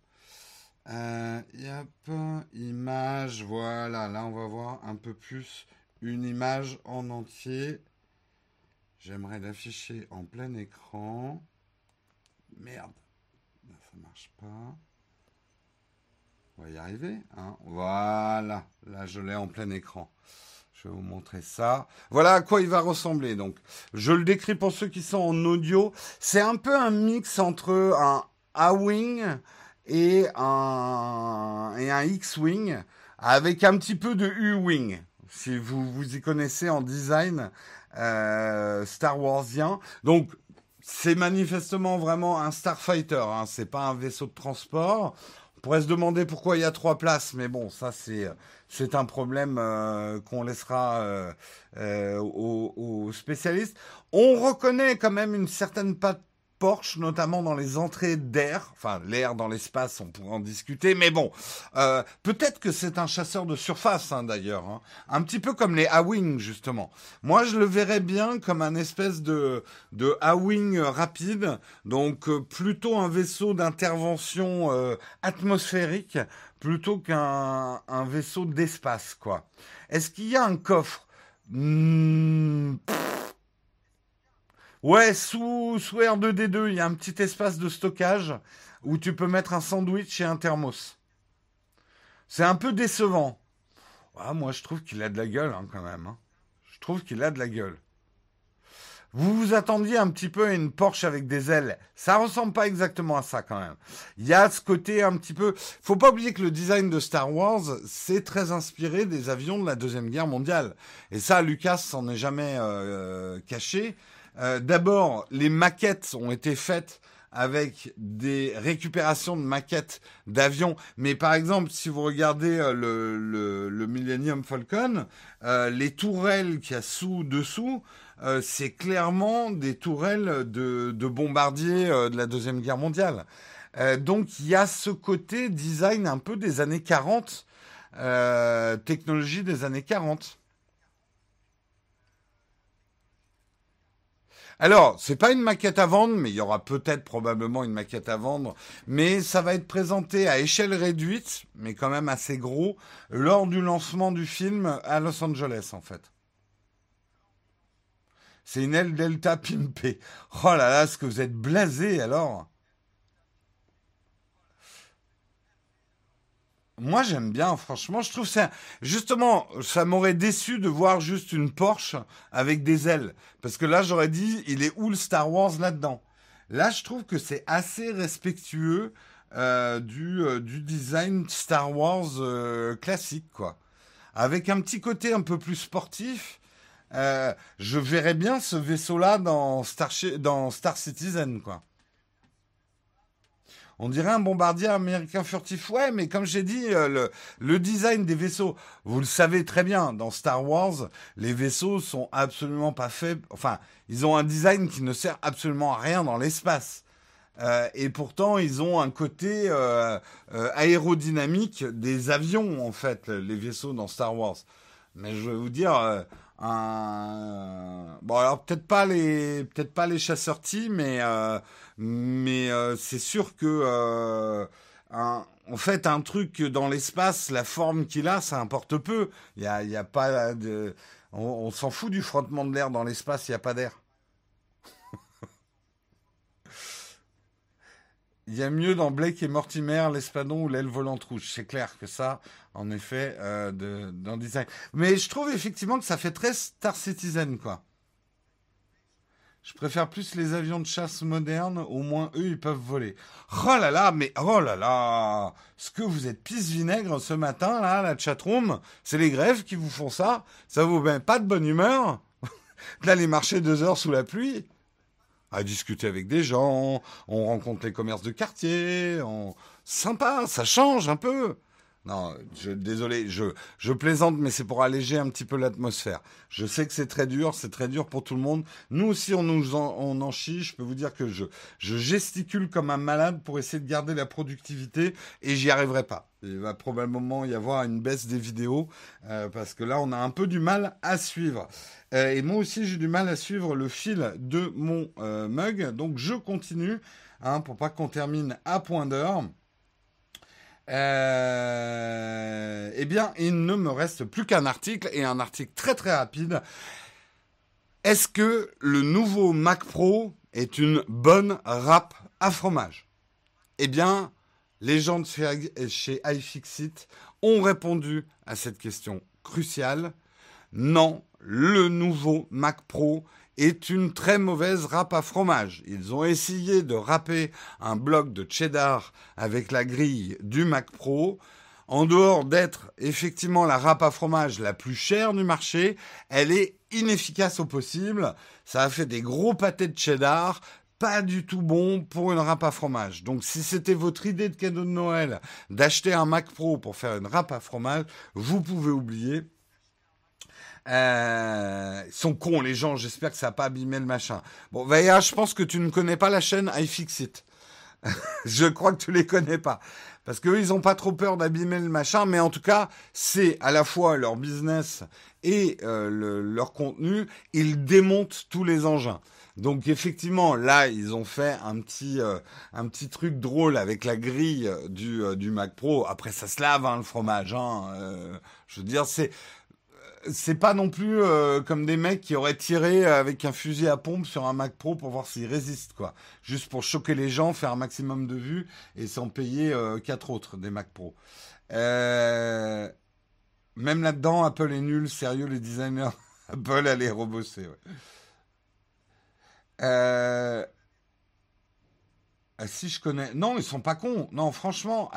Yep, image, voilà, là on va voir un peu plus une image en entier. J'aimerais l'afficher en plein écran. Merde, là, ça marche pas. On va y arriver, hein. Voilà, là je l'ai en plein écran. Je vais vous montrer ça. Voilà à quoi il va ressembler. Donc, je le décris pour ceux qui sont en audio. C'est un peu un mix entre un A-Wing et un X-Wing avec un petit peu de U-Wing. Si vous vous y connaissez en design Star Warsien. Donc, c'est manifestement vraiment un Starfighter. Hein. C'est pas un vaisseau de transport. On pourrait se demander pourquoi il y a 3 places, mais bon, ça c'est un problème qu'on laissera aux spécialistes. On reconnaît quand même une certaine patte Porsche, notamment dans les entrées d'air. Enfin, l'air dans l'espace, on pourrait en discuter, mais bon, peut-être que c'est un chasseur de surface, hein, d'ailleurs. Hein. Un petit peu comme les A-Wing, justement. Moi, je le verrais bien comme un espèce de A-Wing rapide, donc plutôt un vaisseau d'intervention atmosphérique, plutôt qu'un vaisseau d'espace, quoi. Est-ce qu'il y a un coffre? Ouais, sous R2D2, il y a un petit espace de stockage où tu peux mettre un sandwich et un thermos. C'est un peu décevant. Ah, moi, je trouve qu'il a de la gueule, hein, quand même. Hein. Je trouve qu'il a de la gueule. Vous vous attendiez un petit peu à une Porsche avec des ailes. Ça ressemble pas exactement à ça, quand même. Il y a ce côté un petit peu... Faut pas oublier que le design de Star Wars, c'est très inspiré des avions de la Deuxième Guerre mondiale. Et ça, Lucas s'en est jamais caché. D'abord, les maquettes ont été faites avec des récupérations de maquettes d'avions. Mais par exemple, si vous regardez le Millennium Falcon, les tourelles qu'il y a dessous, c'est clairement des tourelles de bombardiers de la Deuxième Guerre mondiale. Donc il y a ce côté design un peu des années 40, technologie des années 40. Alors, c'est pas une maquette à vendre, mais il y aura peut-être probablement une maquette à vendre. Mais ça va être présenté à échelle réduite, mais quand même assez gros, lors du lancement du film à Los Angeles, en fait. C'est une aile Delta pimpée. Oh là là, est-ce que vous êtes blasé alors? Moi, j'aime bien, franchement. Je trouve ça, justement, ça m'aurait déçu de voir juste une Porsche avec des ailes. Parce que là, j'aurais dit, il est où le Star Wars là-dedans? Là, je trouve que c'est assez respectueux du design Star Wars classique, quoi. Avec un petit côté un peu plus sportif, je verrais bien ce vaisseau-là dans Star Citizen, quoi. On dirait un bombardier américain furtif. Ouais, mais comme j'ai dit, le design des vaisseaux, vous le savez très bien, dans Star Wars, les vaisseaux sont absolument pas faits. Enfin, ils ont un design qui ne sert absolument à rien dans l'espace. Et pourtant, ils ont un côté aérodynamique des avions, en fait, les vaisseaux dans Star Wars. Mais je vais vous dire, bon alors peut-être pas les chasseurs T, mais c'est sûr que en fait un truc dans l'espace, la forme qu'il a, ça importe peu. Il y a pas de, on s'en fout du frottement de l'air dans l'espace, il y a pas d'air. Il y a mieux dans Blake et Mortimer, l'Espadon ou l'aile volante rouge. C'est clair que ça, en effet, dans le design. Mais je trouve effectivement que ça fait très Star Citizen, quoi. Je préfère plus les avions de chasse modernes, au moins eux, ils peuvent voler. Oh là là, mais oh là là, ce que vous êtes pisse-vinaigre ce matin, là, la chatroom, c'est les grèves qui vous font ça. Ça vous met pas de bonne humeur d'aller marcher 2 heures sous la pluie à discuter avec des gens, on rencontre les commerces de quartier, sympa, ça change un peu. Non, désolé, je plaisante, mais c'est pour alléger un petit peu l'atmosphère. Je sais que c'est très dur pour tout le monde. Nous aussi, on en chie. Je peux vous dire que je gesticule comme un malade pour essayer de garder la productivité et j'y arriverai pas. Il va probablement y avoir une baisse des vidéos parce que là, on a un peu du mal à suivre. Et moi aussi, j'ai du mal à suivre le fil de mon mug. Donc, je continue pour pas qu'on termine à point d'heure. Eh bien, il ne me reste plus qu'un article, et un article très très rapide. Est-ce que le nouveau Mac Pro est une bonne râpe à fromage? Eh bien, les gens de chez iFixit ont répondu à cette question cruciale. Non, le nouveau Mac Pro est une très mauvaise râpe à fromage. Ils ont essayé de râper un bloc de cheddar avec la grille du Mac Pro. En dehors d'être effectivement la râpe à fromage la plus chère du marché, elle est inefficace au possible. Ça a fait des gros pâtés de cheddar, pas du tout bon pour une râpe à fromage. Donc si c'était votre idée de cadeau de Noël d'acheter un Mac Pro pour faire une râpe à fromage, vous pouvez oublier. Ils sont cons les gens, j'espère que ça n'a pas abîmé le machin. Bon, Vaïa, je pense que tu ne connais pas la chaîne iFixit. Je crois que tu les connais pas. Parce qu'eux, ils ont pas trop peur d'abîmer le machin, mais en tout cas, c'est à la fois leur business et leur contenu. Ils démontent tous les engins. Donc effectivement, là, ils ont fait un petit truc drôle avec la grille du Mac Pro. Après, ça se lave, hein, le fromage. Hein. Je veux dire, c'est pas non plus comme des mecs qui auraient tiré avec un fusil à pompe sur un Mac Pro pour voir s'il résiste, quoi. Juste pour choquer les gens, faire un maximum de vues et s'en payer 4 autres des Mac Pro. Même là-dedans, Apple est nul, sérieux, les designers. Apple, allez rebosser, ouais. Euh, si je connais... Non, ils sont pas cons. Non, franchement,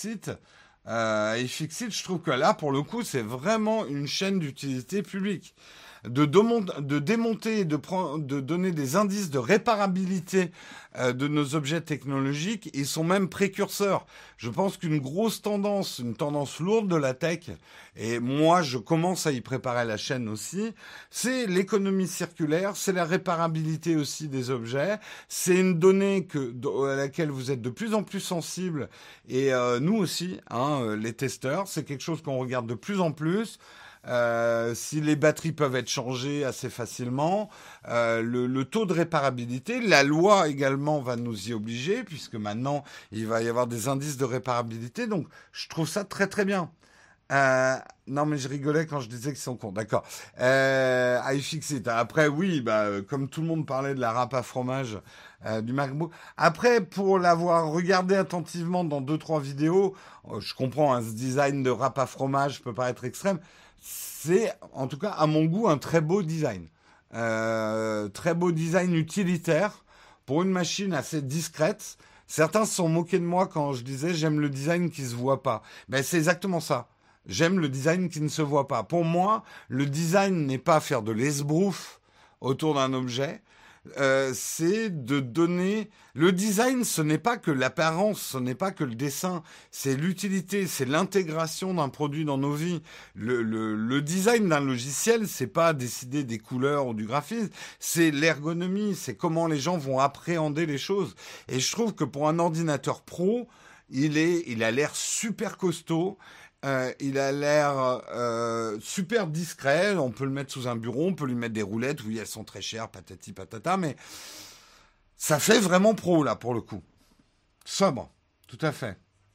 iFixit, je trouve que là, pour le coup, c'est vraiment une chaîne d'utilité publique. De démonter et de donner des indices de réparabilité de nos objets technologiques, ils sont même précurseurs. Je pense qu'une grosse tendance, une tendance lourde de la tech, et moi je commence à y préparer la chaîne aussi, c'est l'économie circulaire, c'est la réparabilité aussi des objets, c'est une donnée à laquelle vous êtes de plus en plus sensibles, et nous aussi, hein, les testeurs, c'est quelque chose qu'on regarde de plus en plus. Si les batteries peuvent être changées assez facilement, le taux de réparabilité, la loi également va nous y obliger, puisque maintenant il va y avoir des indices de réparabilité, donc je trouve ça très très bien. Non mais je rigolais quand je disais qu'ils sont cons, d'accord. iFixit, après oui, comme tout le monde parlait de la râpe à fromage du MacBook. Après, pour l'avoir regardé attentivement dans 2-3 vidéos, je comprends, hein, ce design de râpe à fromage peut paraître extrême. C'est, en tout cas, à mon goût, un très beau design. Très beau design utilitaire pour une machine assez discrète. Certains se sont moqués de moi quand je disais j'aime le design qui se voit pas. Ben, c'est exactement ça. J'aime le design qui ne se voit pas. Pour moi, le design n'est pas faire de l'esbrouf autour d'un objet. C'est de donner... Le design, ce n'est pas que l'apparence, ce n'est pas que le dessin, c'est l'utilité, c'est l'intégration d'un produit dans nos vies. Le design d'un logiciel, c'est pas décider des couleurs ou du graphisme, c'est l'ergonomie, c'est comment les gens vont appréhender les choses. Et je trouve que pour un ordinateur pro, il a l'air super costaud. Il a l'air super discret. On peut le mettre sous un bureau, on peut lui mettre des roulettes. Oui, elles sont très chères, patati patata, mais ça fait vraiment pro là pour le coup. Sobre, tout à fait.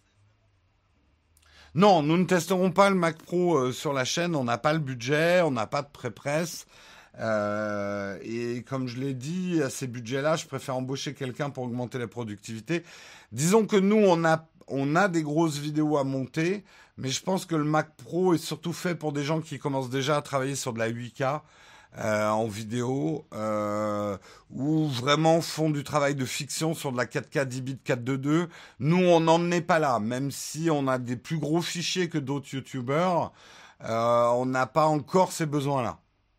Non, nous ne testerons pas le Mac Pro sur la chaîne. On n'a pas le budget, on n'a pas de pré-presse. Et comme je l'ai dit, à ces budgets-là, je préfère embaucher quelqu'un pour augmenter la productivité. Disons que nous, on a des grosses vidéos à monter, mais je pense que le Mac Pro est surtout fait pour des gens qui commencent déjà à travailler sur de la 8K en vidéo, ou vraiment font du travail de fiction sur de la 4K 10 bits 422. Nous, on n'en est pas là, même si on a des plus gros fichiers que d'autres YouTubers, on n'a pas encore ces besoins-là.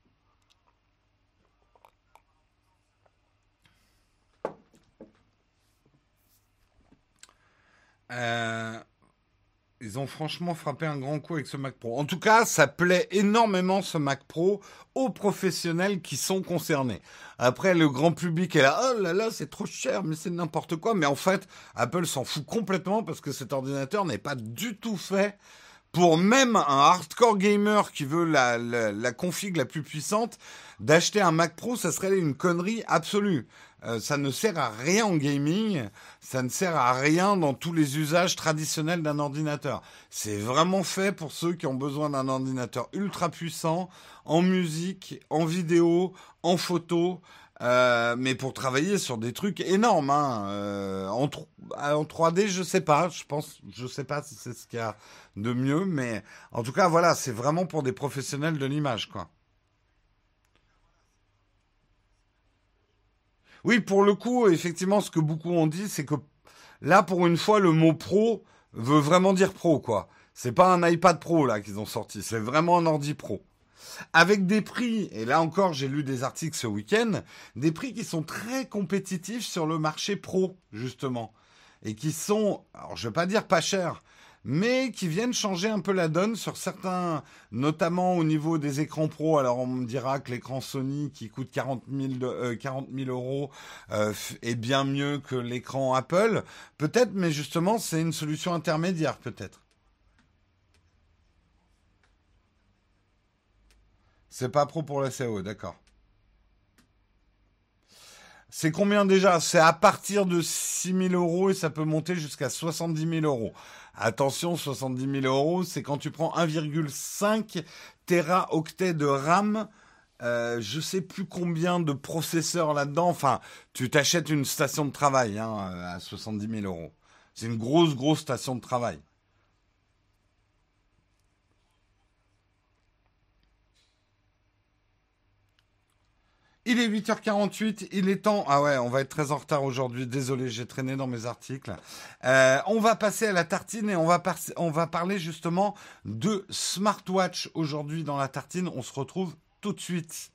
Euh, Ils ont franchement frappé un grand coup avec ce Mac Pro. En tout cas, ça plaît énormément ce Mac Pro aux professionnels qui sont concernés. Après, le grand public est là, oh là là, c'est trop cher, mais c'est n'importe quoi. Mais en fait, Apple s'en fout complètement parce que cet ordinateur n'est pas du tout fait pour même un hardcore gamer qui veut la config la plus puissante. D'acheter un Mac Pro, ça serait une connerie absolue. Ça ne sert à rien en gaming, ça ne sert à rien dans tous les usages traditionnels d'un ordinateur. C'est vraiment fait pour ceux qui ont besoin d'un ordinateur ultra puissant, en musique, en vidéo, en photo. Mais pour travailler sur des trucs énormes, hein, en 3D, je sais pas. Je sais pas si c'est ce qu'il y a de mieux, mais en tout cas, voilà, c'est vraiment pour des professionnels de l'image, quoi. Oui, pour le coup, effectivement, ce que beaucoup ont dit, c'est que là, pour une fois, le mot pro veut vraiment dire pro, quoi. C'est pas un iPad Pro là qu'ils ont sorti, c'est vraiment un ordi pro. Avec des prix, et là encore j'ai lu des articles ce week-end, des prix qui sont très compétitifs sur le marché pro, justement. Et qui sont, alors je vais pas dire pas chers, mais qui viennent changer un peu la donne sur certains, notamment au niveau des écrans pro. Alors on me dira que l'écran Sony qui coûte 40 000 euros est bien mieux que l'écran Apple. Peut-être, mais justement c'est une solution intermédiaire peut-être. C'est pas pro pour la CO, d'accord. C'est combien déjà? C'est à partir de 6 000 euros et ça peut monter jusqu'à 70 000 euros. Attention, 70 000 euros, c'est quand tu prends 1,5 téraoctets de RAM. Je sais plus combien de processeurs là-dedans. Enfin, tu t'achètes une station de travail hein, à 70 000 euros. C'est une grosse station de travail. Il est 8h48, il est temps. Ah ouais, on va être très en retard aujourd'hui. Désolé, j'ai traîné dans mes articles. On va passer à la tartine et on va parler justement de smartwatch aujourd'hui dans la tartine. On se retrouve tout de suite.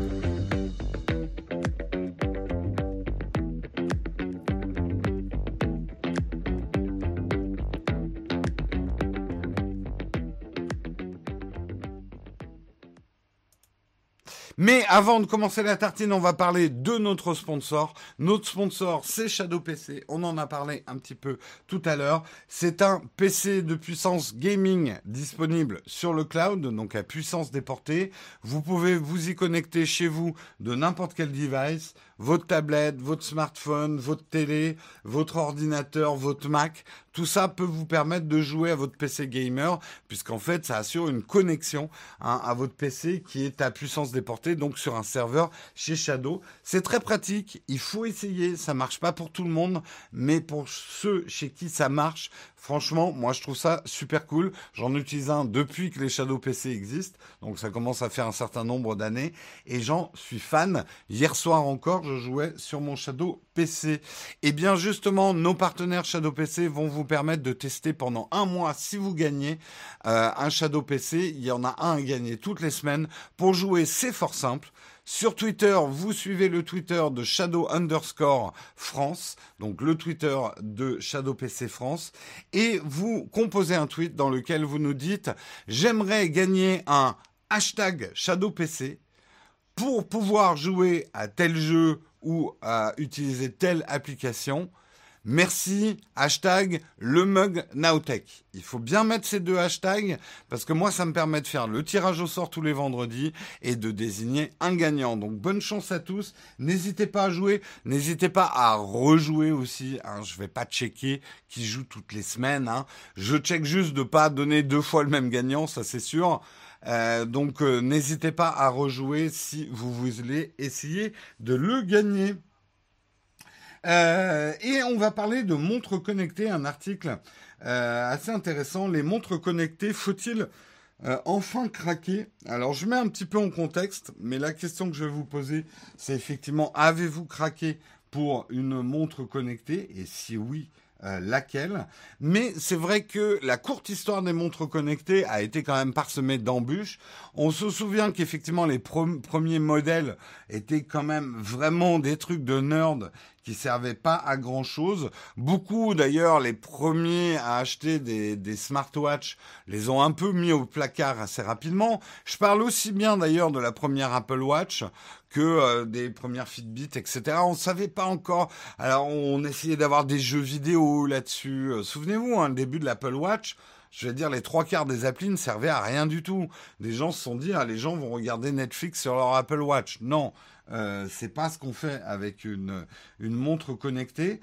Mais avant de commencer la tartine, on va parler de notre sponsor. Notre sponsor, c'est Shadow PC. On en a parlé un petit peu tout à l'heure. C'est un PC de puissance gaming disponible sur le cloud, donc à puissance déportée. Vous pouvez vous y connecter chez vous de n'importe quel device, votre tablette, votre smartphone, votre télé, votre ordinateur, votre Mac. Tout ça peut vous permettre de jouer à votre PC gamer, puisqu'en fait, ça assure une connexion hein, à votre PC qui est à puissance déportée, donc sur un serveur chez Shadow. C'est très pratique, il faut essayer, ça marche pas pour tout le monde, mais pour ceux chez qui ça marche, franchement, moi je trouve ça super cool. J'en utilise un depuis que les Shadow PC existent, donc ça commence à faire un certain nombre d'années, et j'en suis fan. Hier soir encore, je jouais sur mon Shadow PC. Et bien justement, nos partenaires Shadow PC vont vous permettre de tester pendant un mois si vous gagnez un Shadow PC. Il y en a un à gagner toutes les semaines. Pour jouer, c'est fort simple. Sur Twitter, vous suivez le Twitter de Shadow underscore France, donc le Twitter de Shadow PC France, et vous composez un tweet dans lequel vous nous dites j'aimerais gagner un hashtag Shadow PC pour pouvoir jouer à tel jeu ou à utiliser telle application. Merci, hashtag le mug Nowtech. Il faut bien mettre ces deux hashtags parce que moi, ça me permet de faire le tirage au sort tous les vendredis et de désigner un gagnant. Donc, bonne chance à tous. N'hésitez pas à jouer. N'hésitez pas à rejouer aussi. Hein. Je vais pas checker qui joue toutes les semaines. Hein. Je check juste de pas donner deux fois le même gagnant, ça c'est sûr. Donc, n'hésitez pas à rejouer si vous voulez essayer de le gagner. Et on va parler de montres connectées, un article assez intéressant. Les montres connectées, faut-il enfin craquer? Alors je mets un petit peu en contexte, mais la question que je vais vous poser, c'est effectivement, avez-vous craqué pour une montre connectée? Et si oui, laquelle. Mais c'est vrai que la courte histoire des montres connectées a été quand même parsemée d'embûches. On se souvient qu'effectivement les premiers modèles étaient quand même vraiment des trucs de nerd qui servaient pas à grand chose. Beaucoup d'ailleurs, les premiers à acheter des smartwatches les ont un peu mis au placard assez rapidement. Je parle aussi bien d'ailleurs de la première Apple Watch que des premières Fitbit, etc. On savait pas encore. Alors on essayait d'avoir des jeux vidéo là-dessus. Souvenez-vous, hein, le début de l'Apple Watch. Je vais dire, les trois quarts des applis ne servaient à rien du tout. Des gens se sont dit, ah, les gens vont regarder Netflix sur leur Apple Watch. Non. C'est pas ce qu'on fait avec une montre connectée.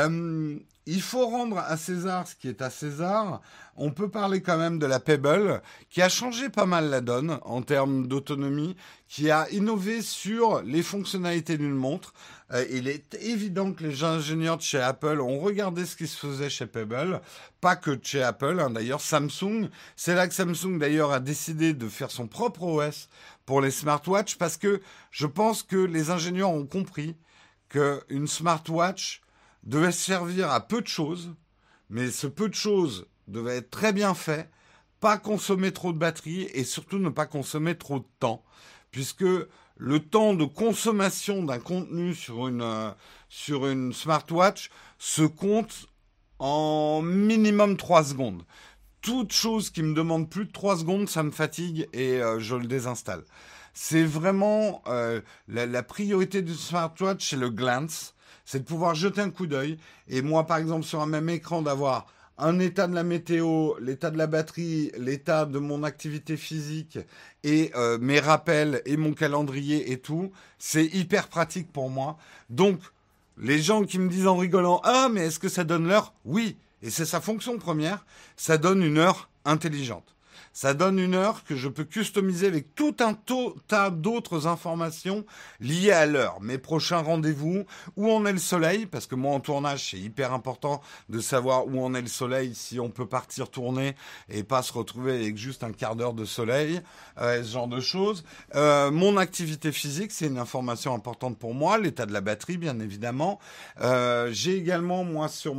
Il faut rendre à César ce qui est à César. On peut parler quand même de la Pebble, qui a changé pas mal la donne en termes d'autonomie, qui a innové sur les fonctionnalités d'une montre. Il est évident que les ingénieurs de chez Apple ont regardé ce qui se faisait chez Pebble, pas que de chez Apple, hein. D'ailleurs, Samsung, c'est là que Samsung d'ailleurs a décidé de faire son propre OS pour les smartwatches, parce que je pense que les ingénieurs ont compris qu'une smartwatch devait servir à peu de choses, mais ce peu de choses devait être très bien fait, pas consommer trop de batterie et surtout ne pas consommer trop de temps, puisque le temps de consommation d'un contenu sur une smartwatch se compte en minimum 3 secondes. Toute chose qui me demande plus de 3 secondes, ça me fatigue et je le désinstalle. C'est vraiment la priorité du smartwatch, c'est le glance, c'est de pouvoir jeter un coup d'œil. Et moi, par exemple, sur un même écran, d'avoir un état de la météo, l'état de la batterie, l'état de mon activité physique et mes rappels et mon calendrier et tout, c'est hyper pratique pour moi. Donc, les gens qui me disent en rigolant « Ah, mais est-ce que ça donne l'heure ?» Oui, et c'est sa fonction première, ça donne une heure intelligente. Ça donne une heure que je peux customiser avec tout un tas d'autres informations liées à l'heure. Mes prochains rendez-vous, où en est le soleil, parce que moi en tournage c'est hyper important de savoir où en est le soleil, si on peut partir tourner et pas se retrouver avec juste un quart d'heure de soleil, ce genre de choses. Mon activité physique, c'est une information importante pour moi, l'état de la batterie bien évidemment. J'ai également moi sur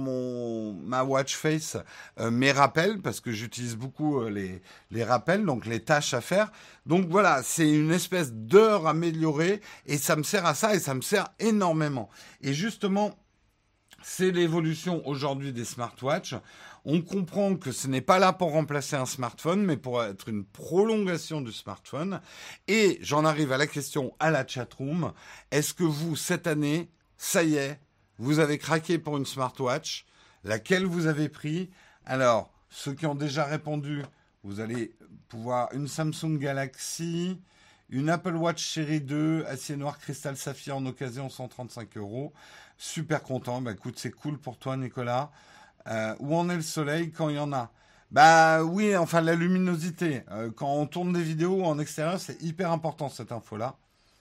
ma watch face mes rappels, parce que j'utilise beaucoup les rappels, donc les tâches à faire. Donc voilà, c'est une espèce d'heure améliorée et ça me sert à ça et ça me sert énormément. Et justement, c'est l'évolution aujourd'hui des smartwatches. On comprend que ce n'est pas là pour remplacer un smartphone, mais pour être une prolongation du smartphone. Et j'en arrive à la question à la chatroom. Est-ce que vous, cette année, ça y est, vous avez craqué pour une smartwatch? Laquelle vous avez pris? Alors, ceux qui ont déjà répondu, vous allez pouvoir une Samsung Galaxy, une Apple Watch série 2, acier noir cristal saphir en occasion, 135 €. Super content. Bah écoute, c'est cool pour toi, Nicolas. Où en est le soleil quand il y en a? Bah oui, enfin la luminosité. Quand on tourne des vidéos en extérieur, c'est hyper important cette info-là.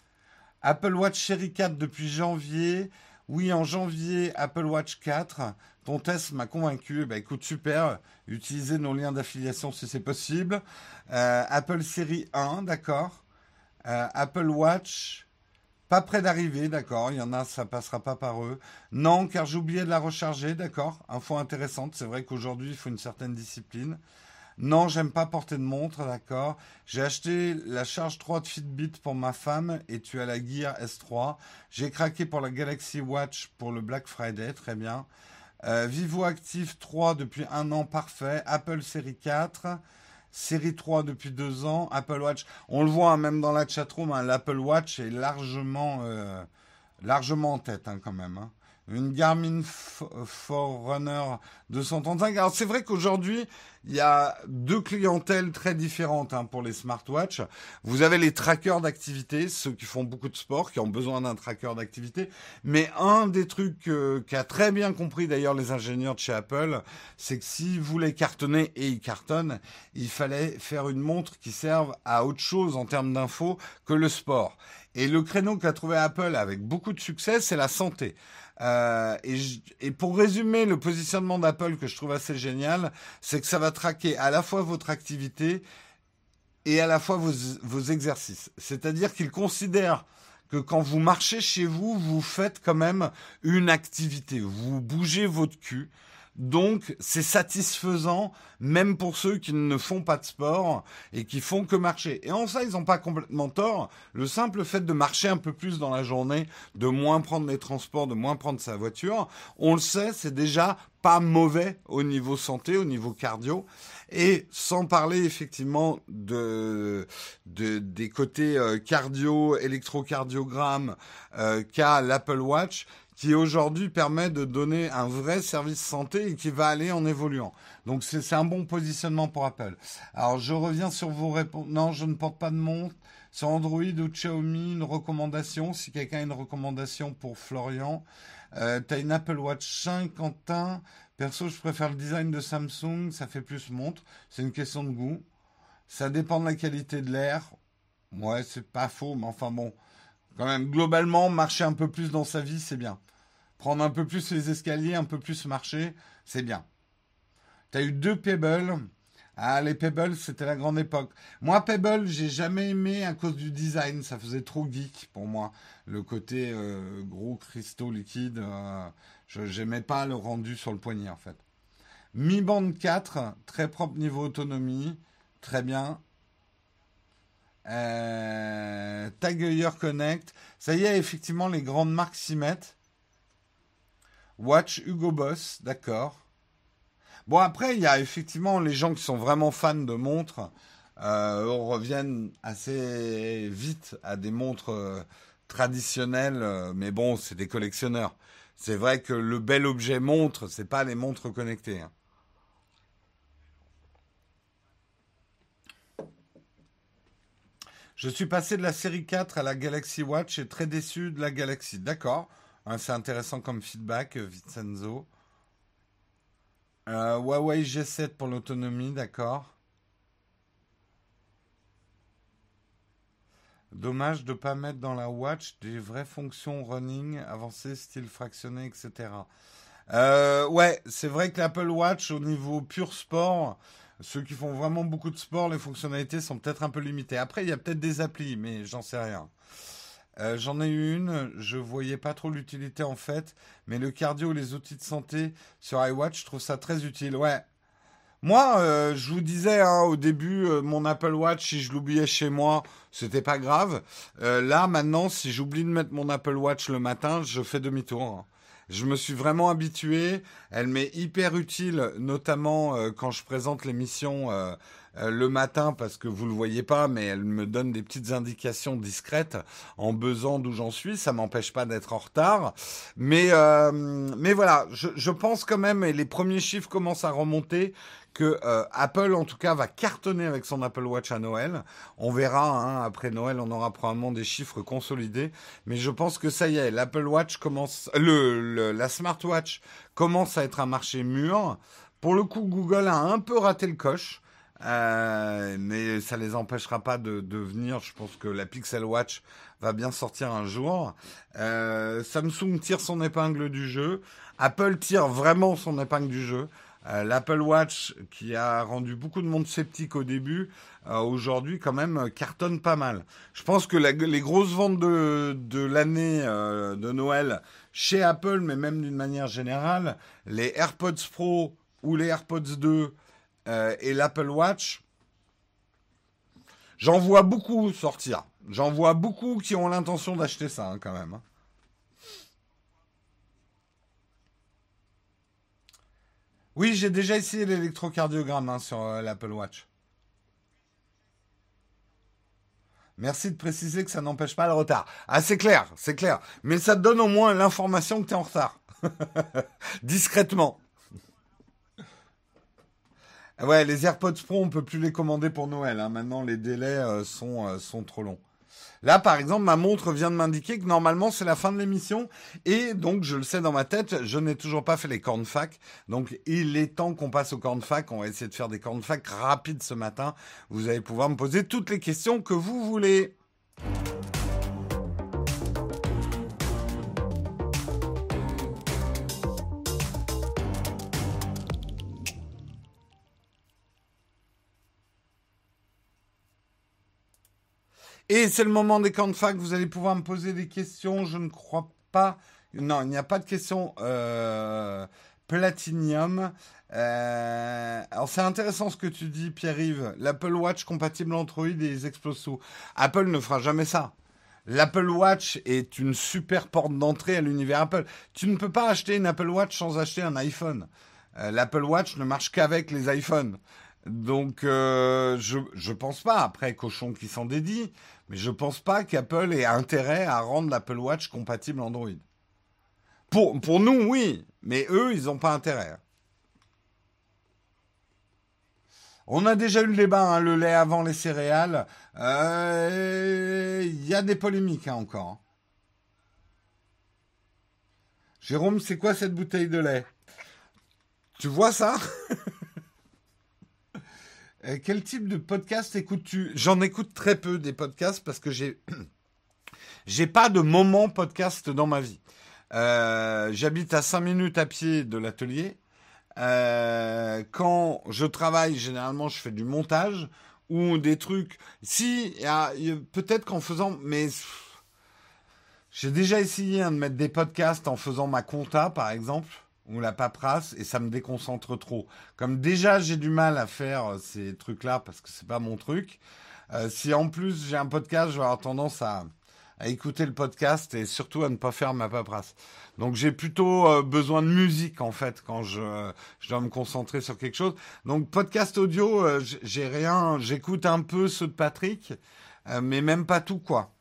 Apple Watch série 4 depuis janvier. Oui, en janvier, Apple Watch 4. Ton test m'a convaincu. Bah écoute, super. Utilisez nos liens d'affiliation si c'est possible. Apple série 1, d'accord. Apple Watch, pas près d'arriver, d'accord. Il y en a, ça passera pas par eux. Non, car j'ai oublié de la recharger, d'accord. Info intéressante. C'est vrai qu'aujourd'hui, il faut une certaine discipline. Non, j'aime pas porter de montre, d'accord. J'ai acheté la charge 3 de Fitbit pour ma femme et tu as la Gear S3. J'ai craqué pour la Galaxy Watch pour le Black Friday, très bien. Vivo Active 3 depuis 1 an, parfait. Apple série 4, série 3 depuis 2 ans. Apple Watch, on le voit hein, même dans la chatroom, hein, l'Apple Watch est largement en tête hein, quand même. Hein. Une Garmin Forerunner 235. Alors c'est vrai qu'aujourd'hui, il y a deux clientèles très différentes hein, pour les smartwatches. Vous avez les trackers d'activité, ceux qui font beaucoup de sport, qui ont besoin d'un tracker d'activité. Mais un des trucs qu'a très bien compris d'ailleurs les ingénieurs de chez Apple, c'est que s'ils voulaient cartonner, et ils cartonnent, il fallait faire une montre qui serve à autre chose en termes d'infos que le sport. Et le créneau qu'a trouvé Apple avec beaucoup de succès, c'est la santé. Et pour résumer le positionnement d'Apple que je trouve assez génial, c'est que ça va traquer à la fois votre activité et à la fois vos exercices. C'est-à-dire qu'il considère que quand vous marchez chez vous, vous faites quand même une activité. Vous bougez votre cul. Donc, c'est satisfaisant, même pour ceux qui ne font pas de sport et qui font que marcher. Et en ça, ils n'ont pas complètement tort. Le simple fait de marcher un peu plus dans la journée, de moins prendre les transports, de moins prendre sa voiture, on le sait, c'est déjà pas mauvais au niveau santé, au niveau cardio. Et sans parler effectivement des côtés cardio, électrocardiogramme qu'a l'Apple Watch, qui aujourd'hui permet de donner un vrai service santé et qui va aller en évoluant. Donc c'est un bon positionnement pour Apple. Alors je reviens sur vos réponses. Non, je ne porte pas de montre. sur Android ou Xiaomi, une recommandation. Si quelqu'un a une recommandation pour Florian, t'as une Apple Watch 5, Quentin. Perso, je préfère le design de Samsung, ça fait plus montre. C'est une question de goût. Ça dépend de la qualité de l'air. Ouais, c'est pas faux, mais enfin bon. Quand même, globalement, marcher un peu plus dans sa vie, c'est bien. Prendre un peu plus les escaliers, un peu plus marcher, c'est bien. T'as eu deux Pebble. Ah, les Pebble, c'était la grande époque. Moi, Pebble, j'ai jamais aimé à cause du design. Ça faisait trop geek pour moi. Le côté gros cristaux liquides. J'aimais pas le rendu sur le poignet, en fait. Mi Band 4, très propre niveau autonomie. Très bien. Tag Heuer Connect. Ça y est, effectivement, les grandes marques s'y mettent. Watch Hugo Boss, d'accord. Bon, après, il y a effectivement les gens qui sont vraiment fans de montres. Reviennent assez vite à des montres traditionnelles. Mais bon, c'est des collectionneurs. C'est vrai que le bel objet montre, c'est pas les montres connectées, hein. Je suis passé de la série 4 à la Galaxy Watch et très déçu de la Galaxy. D'accord. Hein, c'est intéressant comme feedback, Vincenzo. Huawei G7 pour l'autonomie, d'accord. Dommage de ne pas mettre dans la watch des vraies fonctions running, avancées, style fractionné, etc. Ouais, c'est vrai que l'Apple Watch, au niveau pur sport, ceux qui font vraiment beaucoup de sport, les fonctionnalités sont peut-être un peu limitées. Après, il y a peut-être des applis, mais j'en sais rien. J'en ai eu une, je voyais pas trop l'utilité en fait, mais le cardio, les outils de santé sur iWatch, je trouve ça très utile. Ouais. Moi, je vous disais hein, au début, mon Apple Watch, si je l'oubliais chez moi, c'était pas grave. Là, maintenant, si j'oublie de mettre mon Apple Watch le matin, je fais demi-tour, hein. Je me suis vraiment habitué. Elle m'est hyper utile, notamment quand je présente l'émission le matin, parce que vous le voyez pas, mais elle me donne des petites indications discrètes en buzzant d'où j'en suis. Ça m'empêche pas d'être en retard. Mais voilà, je pense quand même, et les premiers chiffres commencent à remonter, que Apple, en tout cas, va cartonner avec son Apple Watch à Noël. On verra, hein, après Noël, on aura probablement des chiffres consolidés. Mais je pense que ça y est, l'Apple Watch commence, la smartwatch commence à être un marché mûr. Pour le coup, Google a un peu raté le coche. Mais ça les empêchera pas de venir. Je pense que la Pixel Watch va bien sortir un jour. Samsung tire son épingle du jeu. Apple tire vraiment son épingle du jeu. L'Apple Watch, qui a rendu beaucoup de monde sceptique au début, aujourd'hui quand même cartonne pas mal. Je pense que les grosses ventes de l'année de Noël chez Apple, mais même d'une manière générale, les AirPods Pro ou les AirPods 2 et l'Apple Watch, j'en vois beaucoup sortir. J'en vois beaucoup qui ont l'intention d'acheter ça hein, quand même, hein. Oui, j'ai déjà essayé l'électrocardiogramme hein, sur l'Apple Watch. Merci de préciser que ça n'empêche pas le retard. Ah, c'est clair, c'est clair. Mais ça te donne au moins l'information que tu es en retard. Discrètement. Ouais, les AirPods Pro, on peut plus les commander pour Noël, hein. Maintenant, les délais sont trop longs. Là, par exemple, ma montre vient de m'indiquer que normalement, c'est la fin de l'émission. Et donc, je le sais dans ma tête, je n'ai toujours pas fait les cornfac. Donc, il est temps qu'on passe aux cornfac. On va essayer de faire des cornfac rapides ce matin. Vous allez pouvoir me poser toutes les questions que vous voulez. Et c'est le moment des camps de fac. Vous allez pouvoir me poser des questions. Je ne crois pas. Non, il n'y a pas de questions Platinium. Alors c'est intéressant ce que tu dis, Pierre-Yves. L'Apple Watch compatible Android et les explose sous. Apple ne fera jamais ça. L'Apple Watch est une super porte d'entrée à l'univers Apple. Tu ne peux pas acheter une Apple Watch sans acheter un iPhone. L'Apple Watch ne marche qu'avec les iPhones. Donc, je pense pas, après Cochon qui s'en dédie, mais je pense pas qu'Apple ait intérêt à rendre l'Apple Watch compatible Android. Pour nous, oui, mais eux, ils n'ont pas intérêt. On a déjà eu le débat, hein, le lait avant les céréales. Il y a des polémiques hein, encore. Hein. Jérôme, c'est quoi cette bouteille de lait? Tu vois ça? Quel type de podcast écoutes-tu? J'en écoute très peu des podcasts parce que j'ai pas de moment podcast dans ma vie. J'habite à 5 minutes à pied de l'atelier. Quand je travaille, généralement, je fais du montage ou des trucs. Si, peut-être qu'en faisant, mais j'ai déjà essayé hein, de mettre des podcasts en faisant ma compta, par exemple, ou la paperasse, et ça me déconcentre trop. Comme déjà j'ai du mal à faire ces trucs-là parce que c'est pas mon truc. Si en plus j'ai un podcast, je vais avoir tendance à écouter le podcast et surtout à ne pas faire ma paperasse. Donc j'ai plutôt besoin de musique en fait quand je dois me concentrer sur quelque chose. Donc podcast audio, j'ai rien, j'écoute un peu ceux de Patrick, mais même pas tout quoi.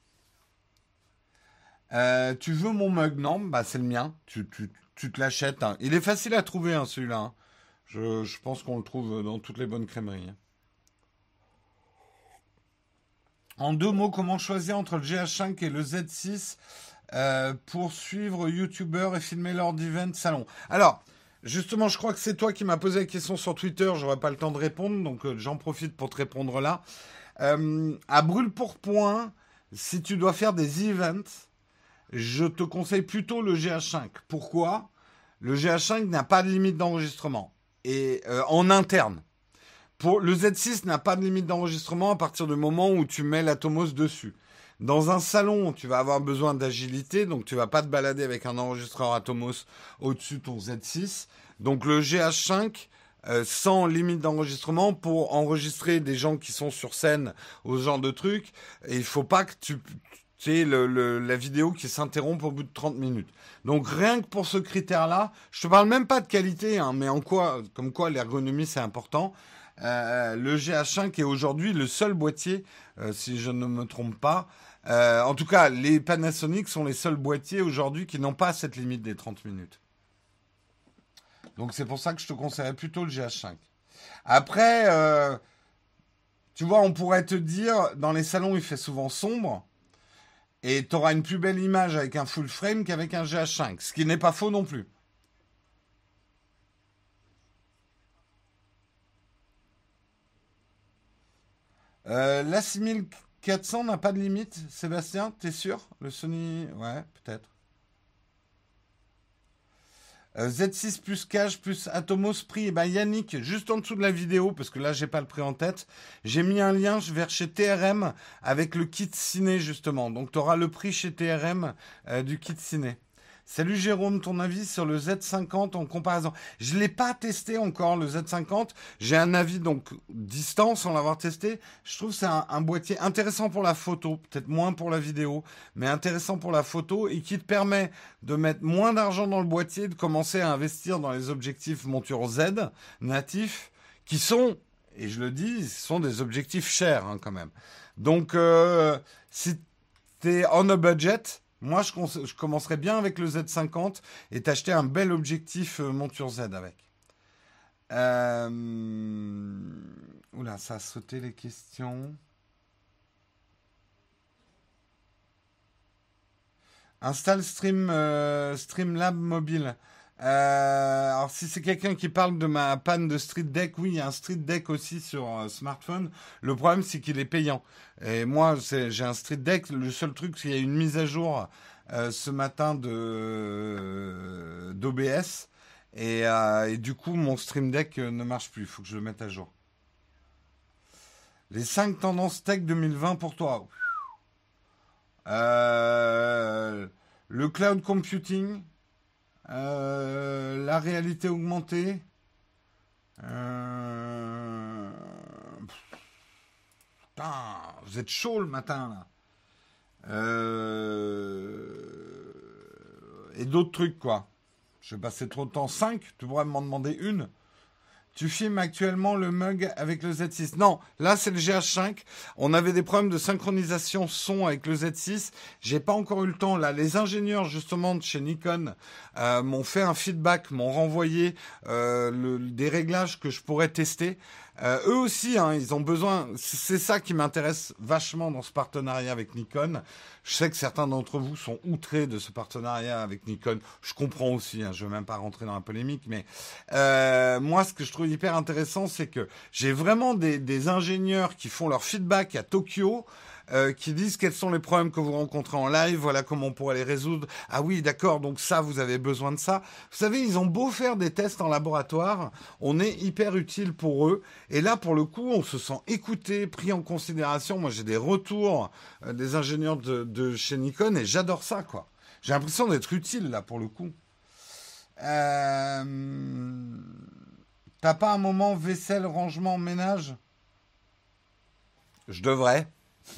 Tu veux mon mug? Non, bah c'est le mien. Tu te l'achètes. Hein. Il est facile à trouver hein, celui-là. Hein. Je pense qu'on le trouve dans toutes les bonnes crèmeries. Hein. En 2 mots, comment choisir entre le GH5 et le Z6 pour suivre YouTubeurs et filmer lors d'events salon? Alors, justement, je crois que c'est toi qui m'as posé la question sur Twitter. J'aurais pas le temps de répondre, donc j'en profite pour te répondre là. À brûle pour point, si tu dois faire des events, je te conseille plutôt le GH5. Pourquoi? Le GH5 n'a pas de limite d'enregistrement et en interne. Le Z6 n'a pas de limite d'enregistrement à partir du moment où tu mets l'Atomos dessus. Dans un salon, tu vas avoir besoin d'agilité, donc tu vas pas te balader avec un enregistreur Atomos au-dessus de ton Z6. Donc le GH5 sans limite d'enregistrement pour enregistrer des gens qui sont sur scène ou ce genre de trucs. Et il faut pas que tu aies la vidéo qui s'interrompt au bout de 30 minutes. Donc rien que pour ce critère-là, je te parle même pas de qualité, hein, mais comme quoi l'ergonomie c'est important. Le GH5 est aujourd'hui le seul boîtier, si je ne me trompe pas. En tout cas, les Panasonic sont les seuls boîtiers aujourd'hui qui n'ont pas cette limite des 30 minutes. Donc c'est pour ça que je te conseillerais plutôt le GH5. Après, tu vois, on pourrait te dire, dans les salons, il fait souvent sombre. Et tu auras une plus belle image avec un full frame qu'avec un GH5. Ce qui n'est pas faux non plus. La 6400 n'a pas de limite, Sébastien, t'es sûr? Le Sony, ouais, peut-être. Z6 plus cache plus Atomos prix. Et ben Yannick, juste en dessous de la vidéo, parce que là j'ai pas le prix en tête, j'ai mis un lien vers chez TRM avec le kit ciné justement. Donc tu auras le prix chez TRM du kit ciné. Salut Jérôme, ton avis sur le Z50 en comparaison? Je ne l'ai pas testé encore, le Z50. J'ai un avis donc distant sans l'avoir testé. Je trouve que c'est un boîtier intéressant pour la photo, peut-être moins pour la vidéo, mais intéressant pour la photo et qui te permet de mettre moins d'argent dans le boîtier, de commencer à investir dans les objectifs monture Z natifs, qui sont, et je le dis, ce sont des objectifs chers hein, quand même. Donc, si tu es on a budget, moi, je commencerais bien avec le Z50 et t'acheter un bel objectif monture Z avec. Euh... Oula, ça a sauté les questions. Installe Streamlab mobile. Alors, si c'est quelqu'un qui parle de ma panne de Street Deck, oui, il y a un Street Deck aussi sur smartphone. Le problème, c'est qu'il est payant. Et moi, j'ai un Street Deck. Le seul truc, c'est qu'il y a une mise à jour ce matin d'OBS. Et du coup, mon Stream Deck ne marche plus. Il faut que je le mette à jour. Les 5 tendances tech 2020 pour toi. Le cloud computing. La réalité augmentée. Putain, vous êtes chaud le matin là. Et d'autres trucs quoi. Je vais passer trop de temps. 5, tu pourrais m'en demander une. Tu filmes actuellement le mug avec le Z6. Non, là c'est le GH5. On avait des problèmes de synchronisation son avec le Z6. J'ai pas encore eu le temps. Là, les ingénieurs justement de chez Nikon m'ont fait un feedback, m'ont renvoyé des réglages que je pourrais tester. Eux aussi, hein, ils ont besoin. C'est ça qui m'intéresse vachement dans ce partenariat avec Nikon. Je sais que certains d'entre vous sont outrés de ce partenariat avec Nikon. Je comprends aussi, hein, je ne veux même pas rentrer dans la polémique, mais moi, ce que je trouve hyper intéressant, c'est que j'ai vraiment des ingénieurs qui font leur feedback à Tokyo, qui disent quels sont les problèmes que vous rencontrez en live, voilà comment on pourrait les résoudre. Ah oui, d'accord, donc ça, vous avez besoin de ça. Vous savez, ils ont beau faire des tests en laboratoire, on est hyper utile pour eux. Et là, pour le coup, on se sent écouté, pris en considération. Moi, j'ai des retours des ingénieurs de chez Nikon et j'adore ça, quoi. J'ai l'impression d'être utile, là, pour le coup. T'as pas un moment vaisselle, rangement, ménage? Je devrais.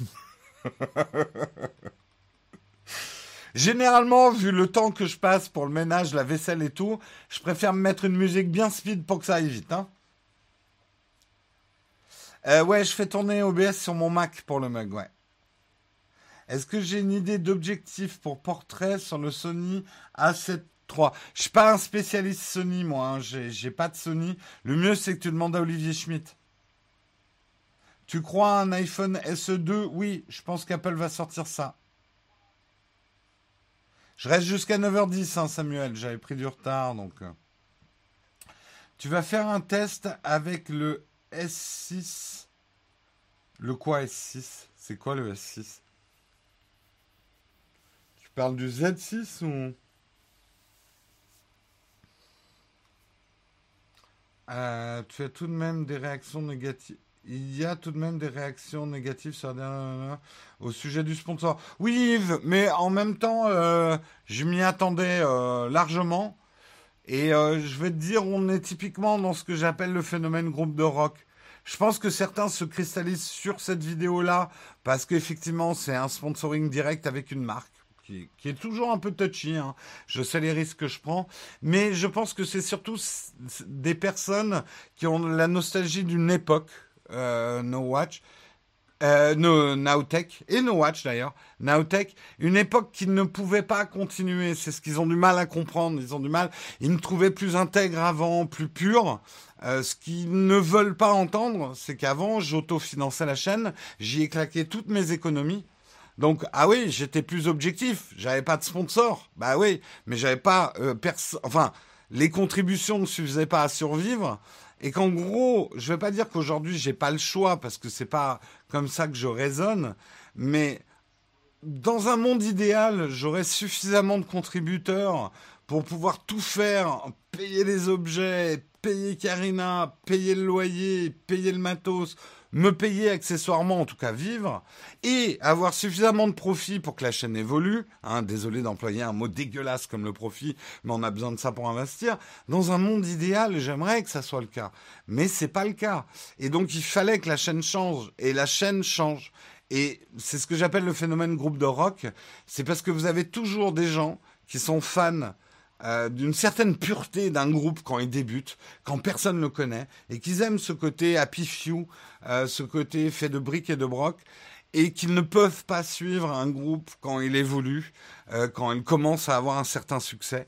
Généralement, vu le temps que je passe pour le ménage, la vaisselle et tout, je préfère me mettre une musique bien speed pour que ça aille vite. Hein. Ouais, je fais tourner OBS sur mon Mac pour le mug, ouais. Est-ce que j'ai une idée d'objectif pour portrait sur le Sony A7 III? Je suis pas un spécialiste Sony, moi. Hein. J'ai pas de Sony. Le mieux, c'est que tu demandes à Olivier Schmitt. Tu crois à un iPhone SE2? Oui, je pense qu'Apple va sortir ça. Je reste jusqu'à 9h10, hein, Samuel. J'avais pris du retard, donc. Tu vas faire un test avec le S6. Le quoi S6? C'est quoi le S6? Tu parles du Z6 ou... Tu as tout de même des réactions négatives. Il y a tout de même des réactions négatives sur au sujet du sponsor. Oui, Yves, mais en même temps, je m'y attendais largement. Et je vais te dire, on est typiquement dans ce que j'appelle le phénomène groupe de rock. Je pense que certains se cristallisent sur cette vidéo-là parce qu'effectivement, c'est un sponsoring direct avec une marque. Qui est toujours un peu touchy, hein. Je sais les risques que je prends, mais je pense que c'est surtout des personnes qui ont la nostalgie d'une époque, No Watch, no, Nowtech, et No Watch d'ailleurs, Nowtech, une époque qui ne pouvait pas continuer, c'est ce qu'ils ont du mal à comprendre, ils ont du mal, ils me trouvaient plus intègre avant, plus pur, ce qu'ils ne veulent pas entendre, c'est qu'avant, j'autofinançais la chaîne, j'y ai claqué toutes mes économies. Donc, ah oui, j'étais plus objectif. J'avais pas de sponsor. Bah oui, mais j'avais pas... enfin, les contributions ne suffisaient pas à survivre. Et qu'en gros, je vais pas dire qu'aujourd'hui, j'ai pas le choix, parce que c'est pas comme ça que je raisonne. Mais dans un monde idéal, j'aurais suffisamment de contributeurs pour pouvoir tout faire, payer les objets, payer Karina, payer le loyer, payer le matos, me payer accessoirement, en tout cas vivre, et avoir suffisamment de profit pour que la chaîne évolue. Hein, désolé d'employer un mot dégueulasse comme le profit, mais on a besoin de ça pour investir. Dans un monde idéal, j'aimerais que ça soit le cas, mais c'est pas le cas. Et donc il fallait que la chaîne change, et la chaîne change. Et c'est ce que j'appelle le phénomène groupe de rock. C'est parce que vous avez toujours des gens qui sont fans d'une certaine pureté d'un groupe quand ils débutent, quand personne ne le connaît, et qu'ils aiment ce côté happy few, ce côté fait de briques et de broc, et qu'ils ne peuvent pas suivre un groupe quand il évolue, quand il commence à avoir un certain succès.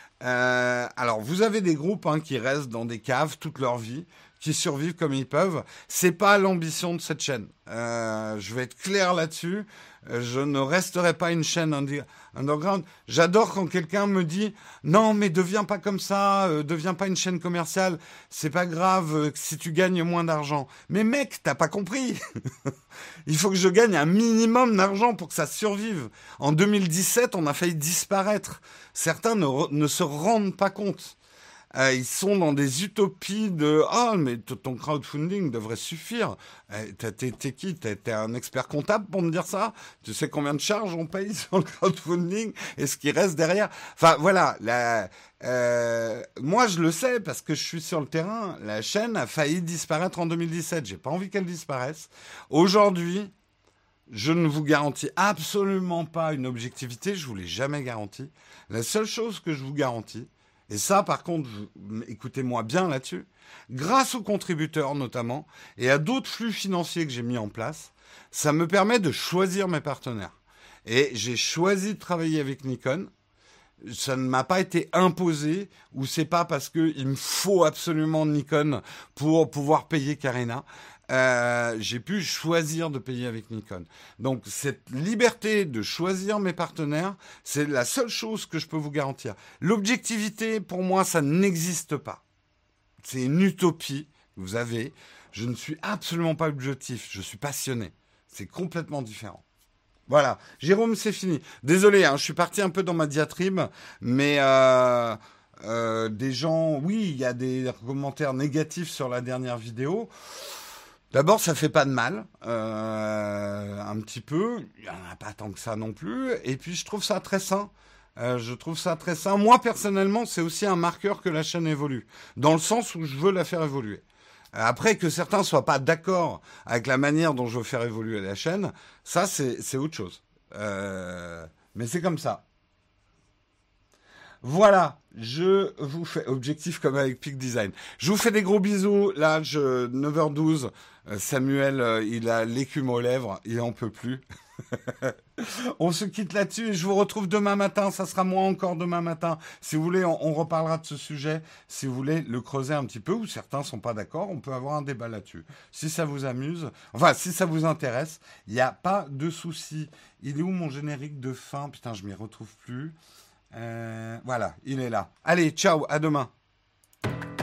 Alors, vous avez des groupes hein, qui restent dans des caves toute leur vie, qui survivent comme ils peuvent. C'est pas l'ambition de cette chaîne. Je vais être clair là-dessus. Je ne resterai pas une chaîne underground. J'adore quand quelqu'un me dit non, mais deviens pas comme ça, deviens pas une chaîne commerciale. C'est pas grave si tu gagnes moins d'argent. Mais mec, t'as pas compris. Il faut que je gagne un minimum d'argent pour que ça survive. En 2017, on a failli disparaître. Certains ne se rendent pas compte. Ils sont dans des utopies de « Ah, mais ton crowdfunding devrait suffire. T'es qui? T'es un expert comptable pour me dire ça? Tu sais combien de charges on paye sur le crowdfunding et ce qui reste derrière ?» Enfin, voilà. Moi, je le sais parce que je suis sur le terrain. La chaîne a failli disparaître en 2017. J'ai pas envie qu'elle disparaisse. Aujourd'hui, je ne vous garantis absolument pas une objectivité. Je vous l'ai jamais garanti. La seule chose que je vous garantis, et ça, par contre, écoutez-moi bien là-dessus, grâce aux contributeurs notamment, et à d'autres flux financiers que j'ai mis en place, ça me permet de choisir mes partenaires. Et j'ai choisi de travailler avec Nikon. Ça ne m'a pas été imposé, ou c'est pas parce que il me faut absolument Nikon pour pouvoir payer Carina. J'ai pu choisir de payer avec Nikon. Donc cette liberté de choisir mes partenaires, c'est la seule chose que je peux vous garantir. L'objectivité, pour moi, ça n'existe pas. C'est une utopie que vous avez. Je ne suis absolument pas objectif, je suis passionné. C'est complètement différent. Voilà, Jérôme, c'est fini. Désolé, hein, je suis parti un peu dans ma diatribe, mais des gens, oui, il y a des commentaires négatifs sur la dernière vidéo. D'abord, ça fait pas de mal, un petit peu. Il y en a pas tant que ça non plus. Et puis, je trouve ça très sain. Je trouve ça très sain. Moi, personnellement, c'est aussi un marqueur que la chaîne évolue, dans le sens où je veux la faire évoluer. Après, que certains soient pas d'accord avec la manière dont je veux faire évoluer la chaîne, ça, c'est autre chose. Mais c'est comme ça. Voilà, je vous fais objectif comme avec Peak Design. Je vous fais des gros bisous. Là, 9h12. Samuel, il a l'écume aux lèvres, il en peut plus. On se quitte là-dessus et je vous retrouve demain matin. Ça sera moi encore demain matin. Si vous voulez, on reparlera de ce sujet. Si vous voulez le creuser un petit peu, ou certains sont pas d'accord, on peut avoir un débat là-dessus. Si ça vous amuse, enfin, si ça vous intéresse, il n'y a pas de souci. Il est où mon générique de fin? Putain, je m'y retrouve plus. Voilà, il est là. Allez, ciao, à demain.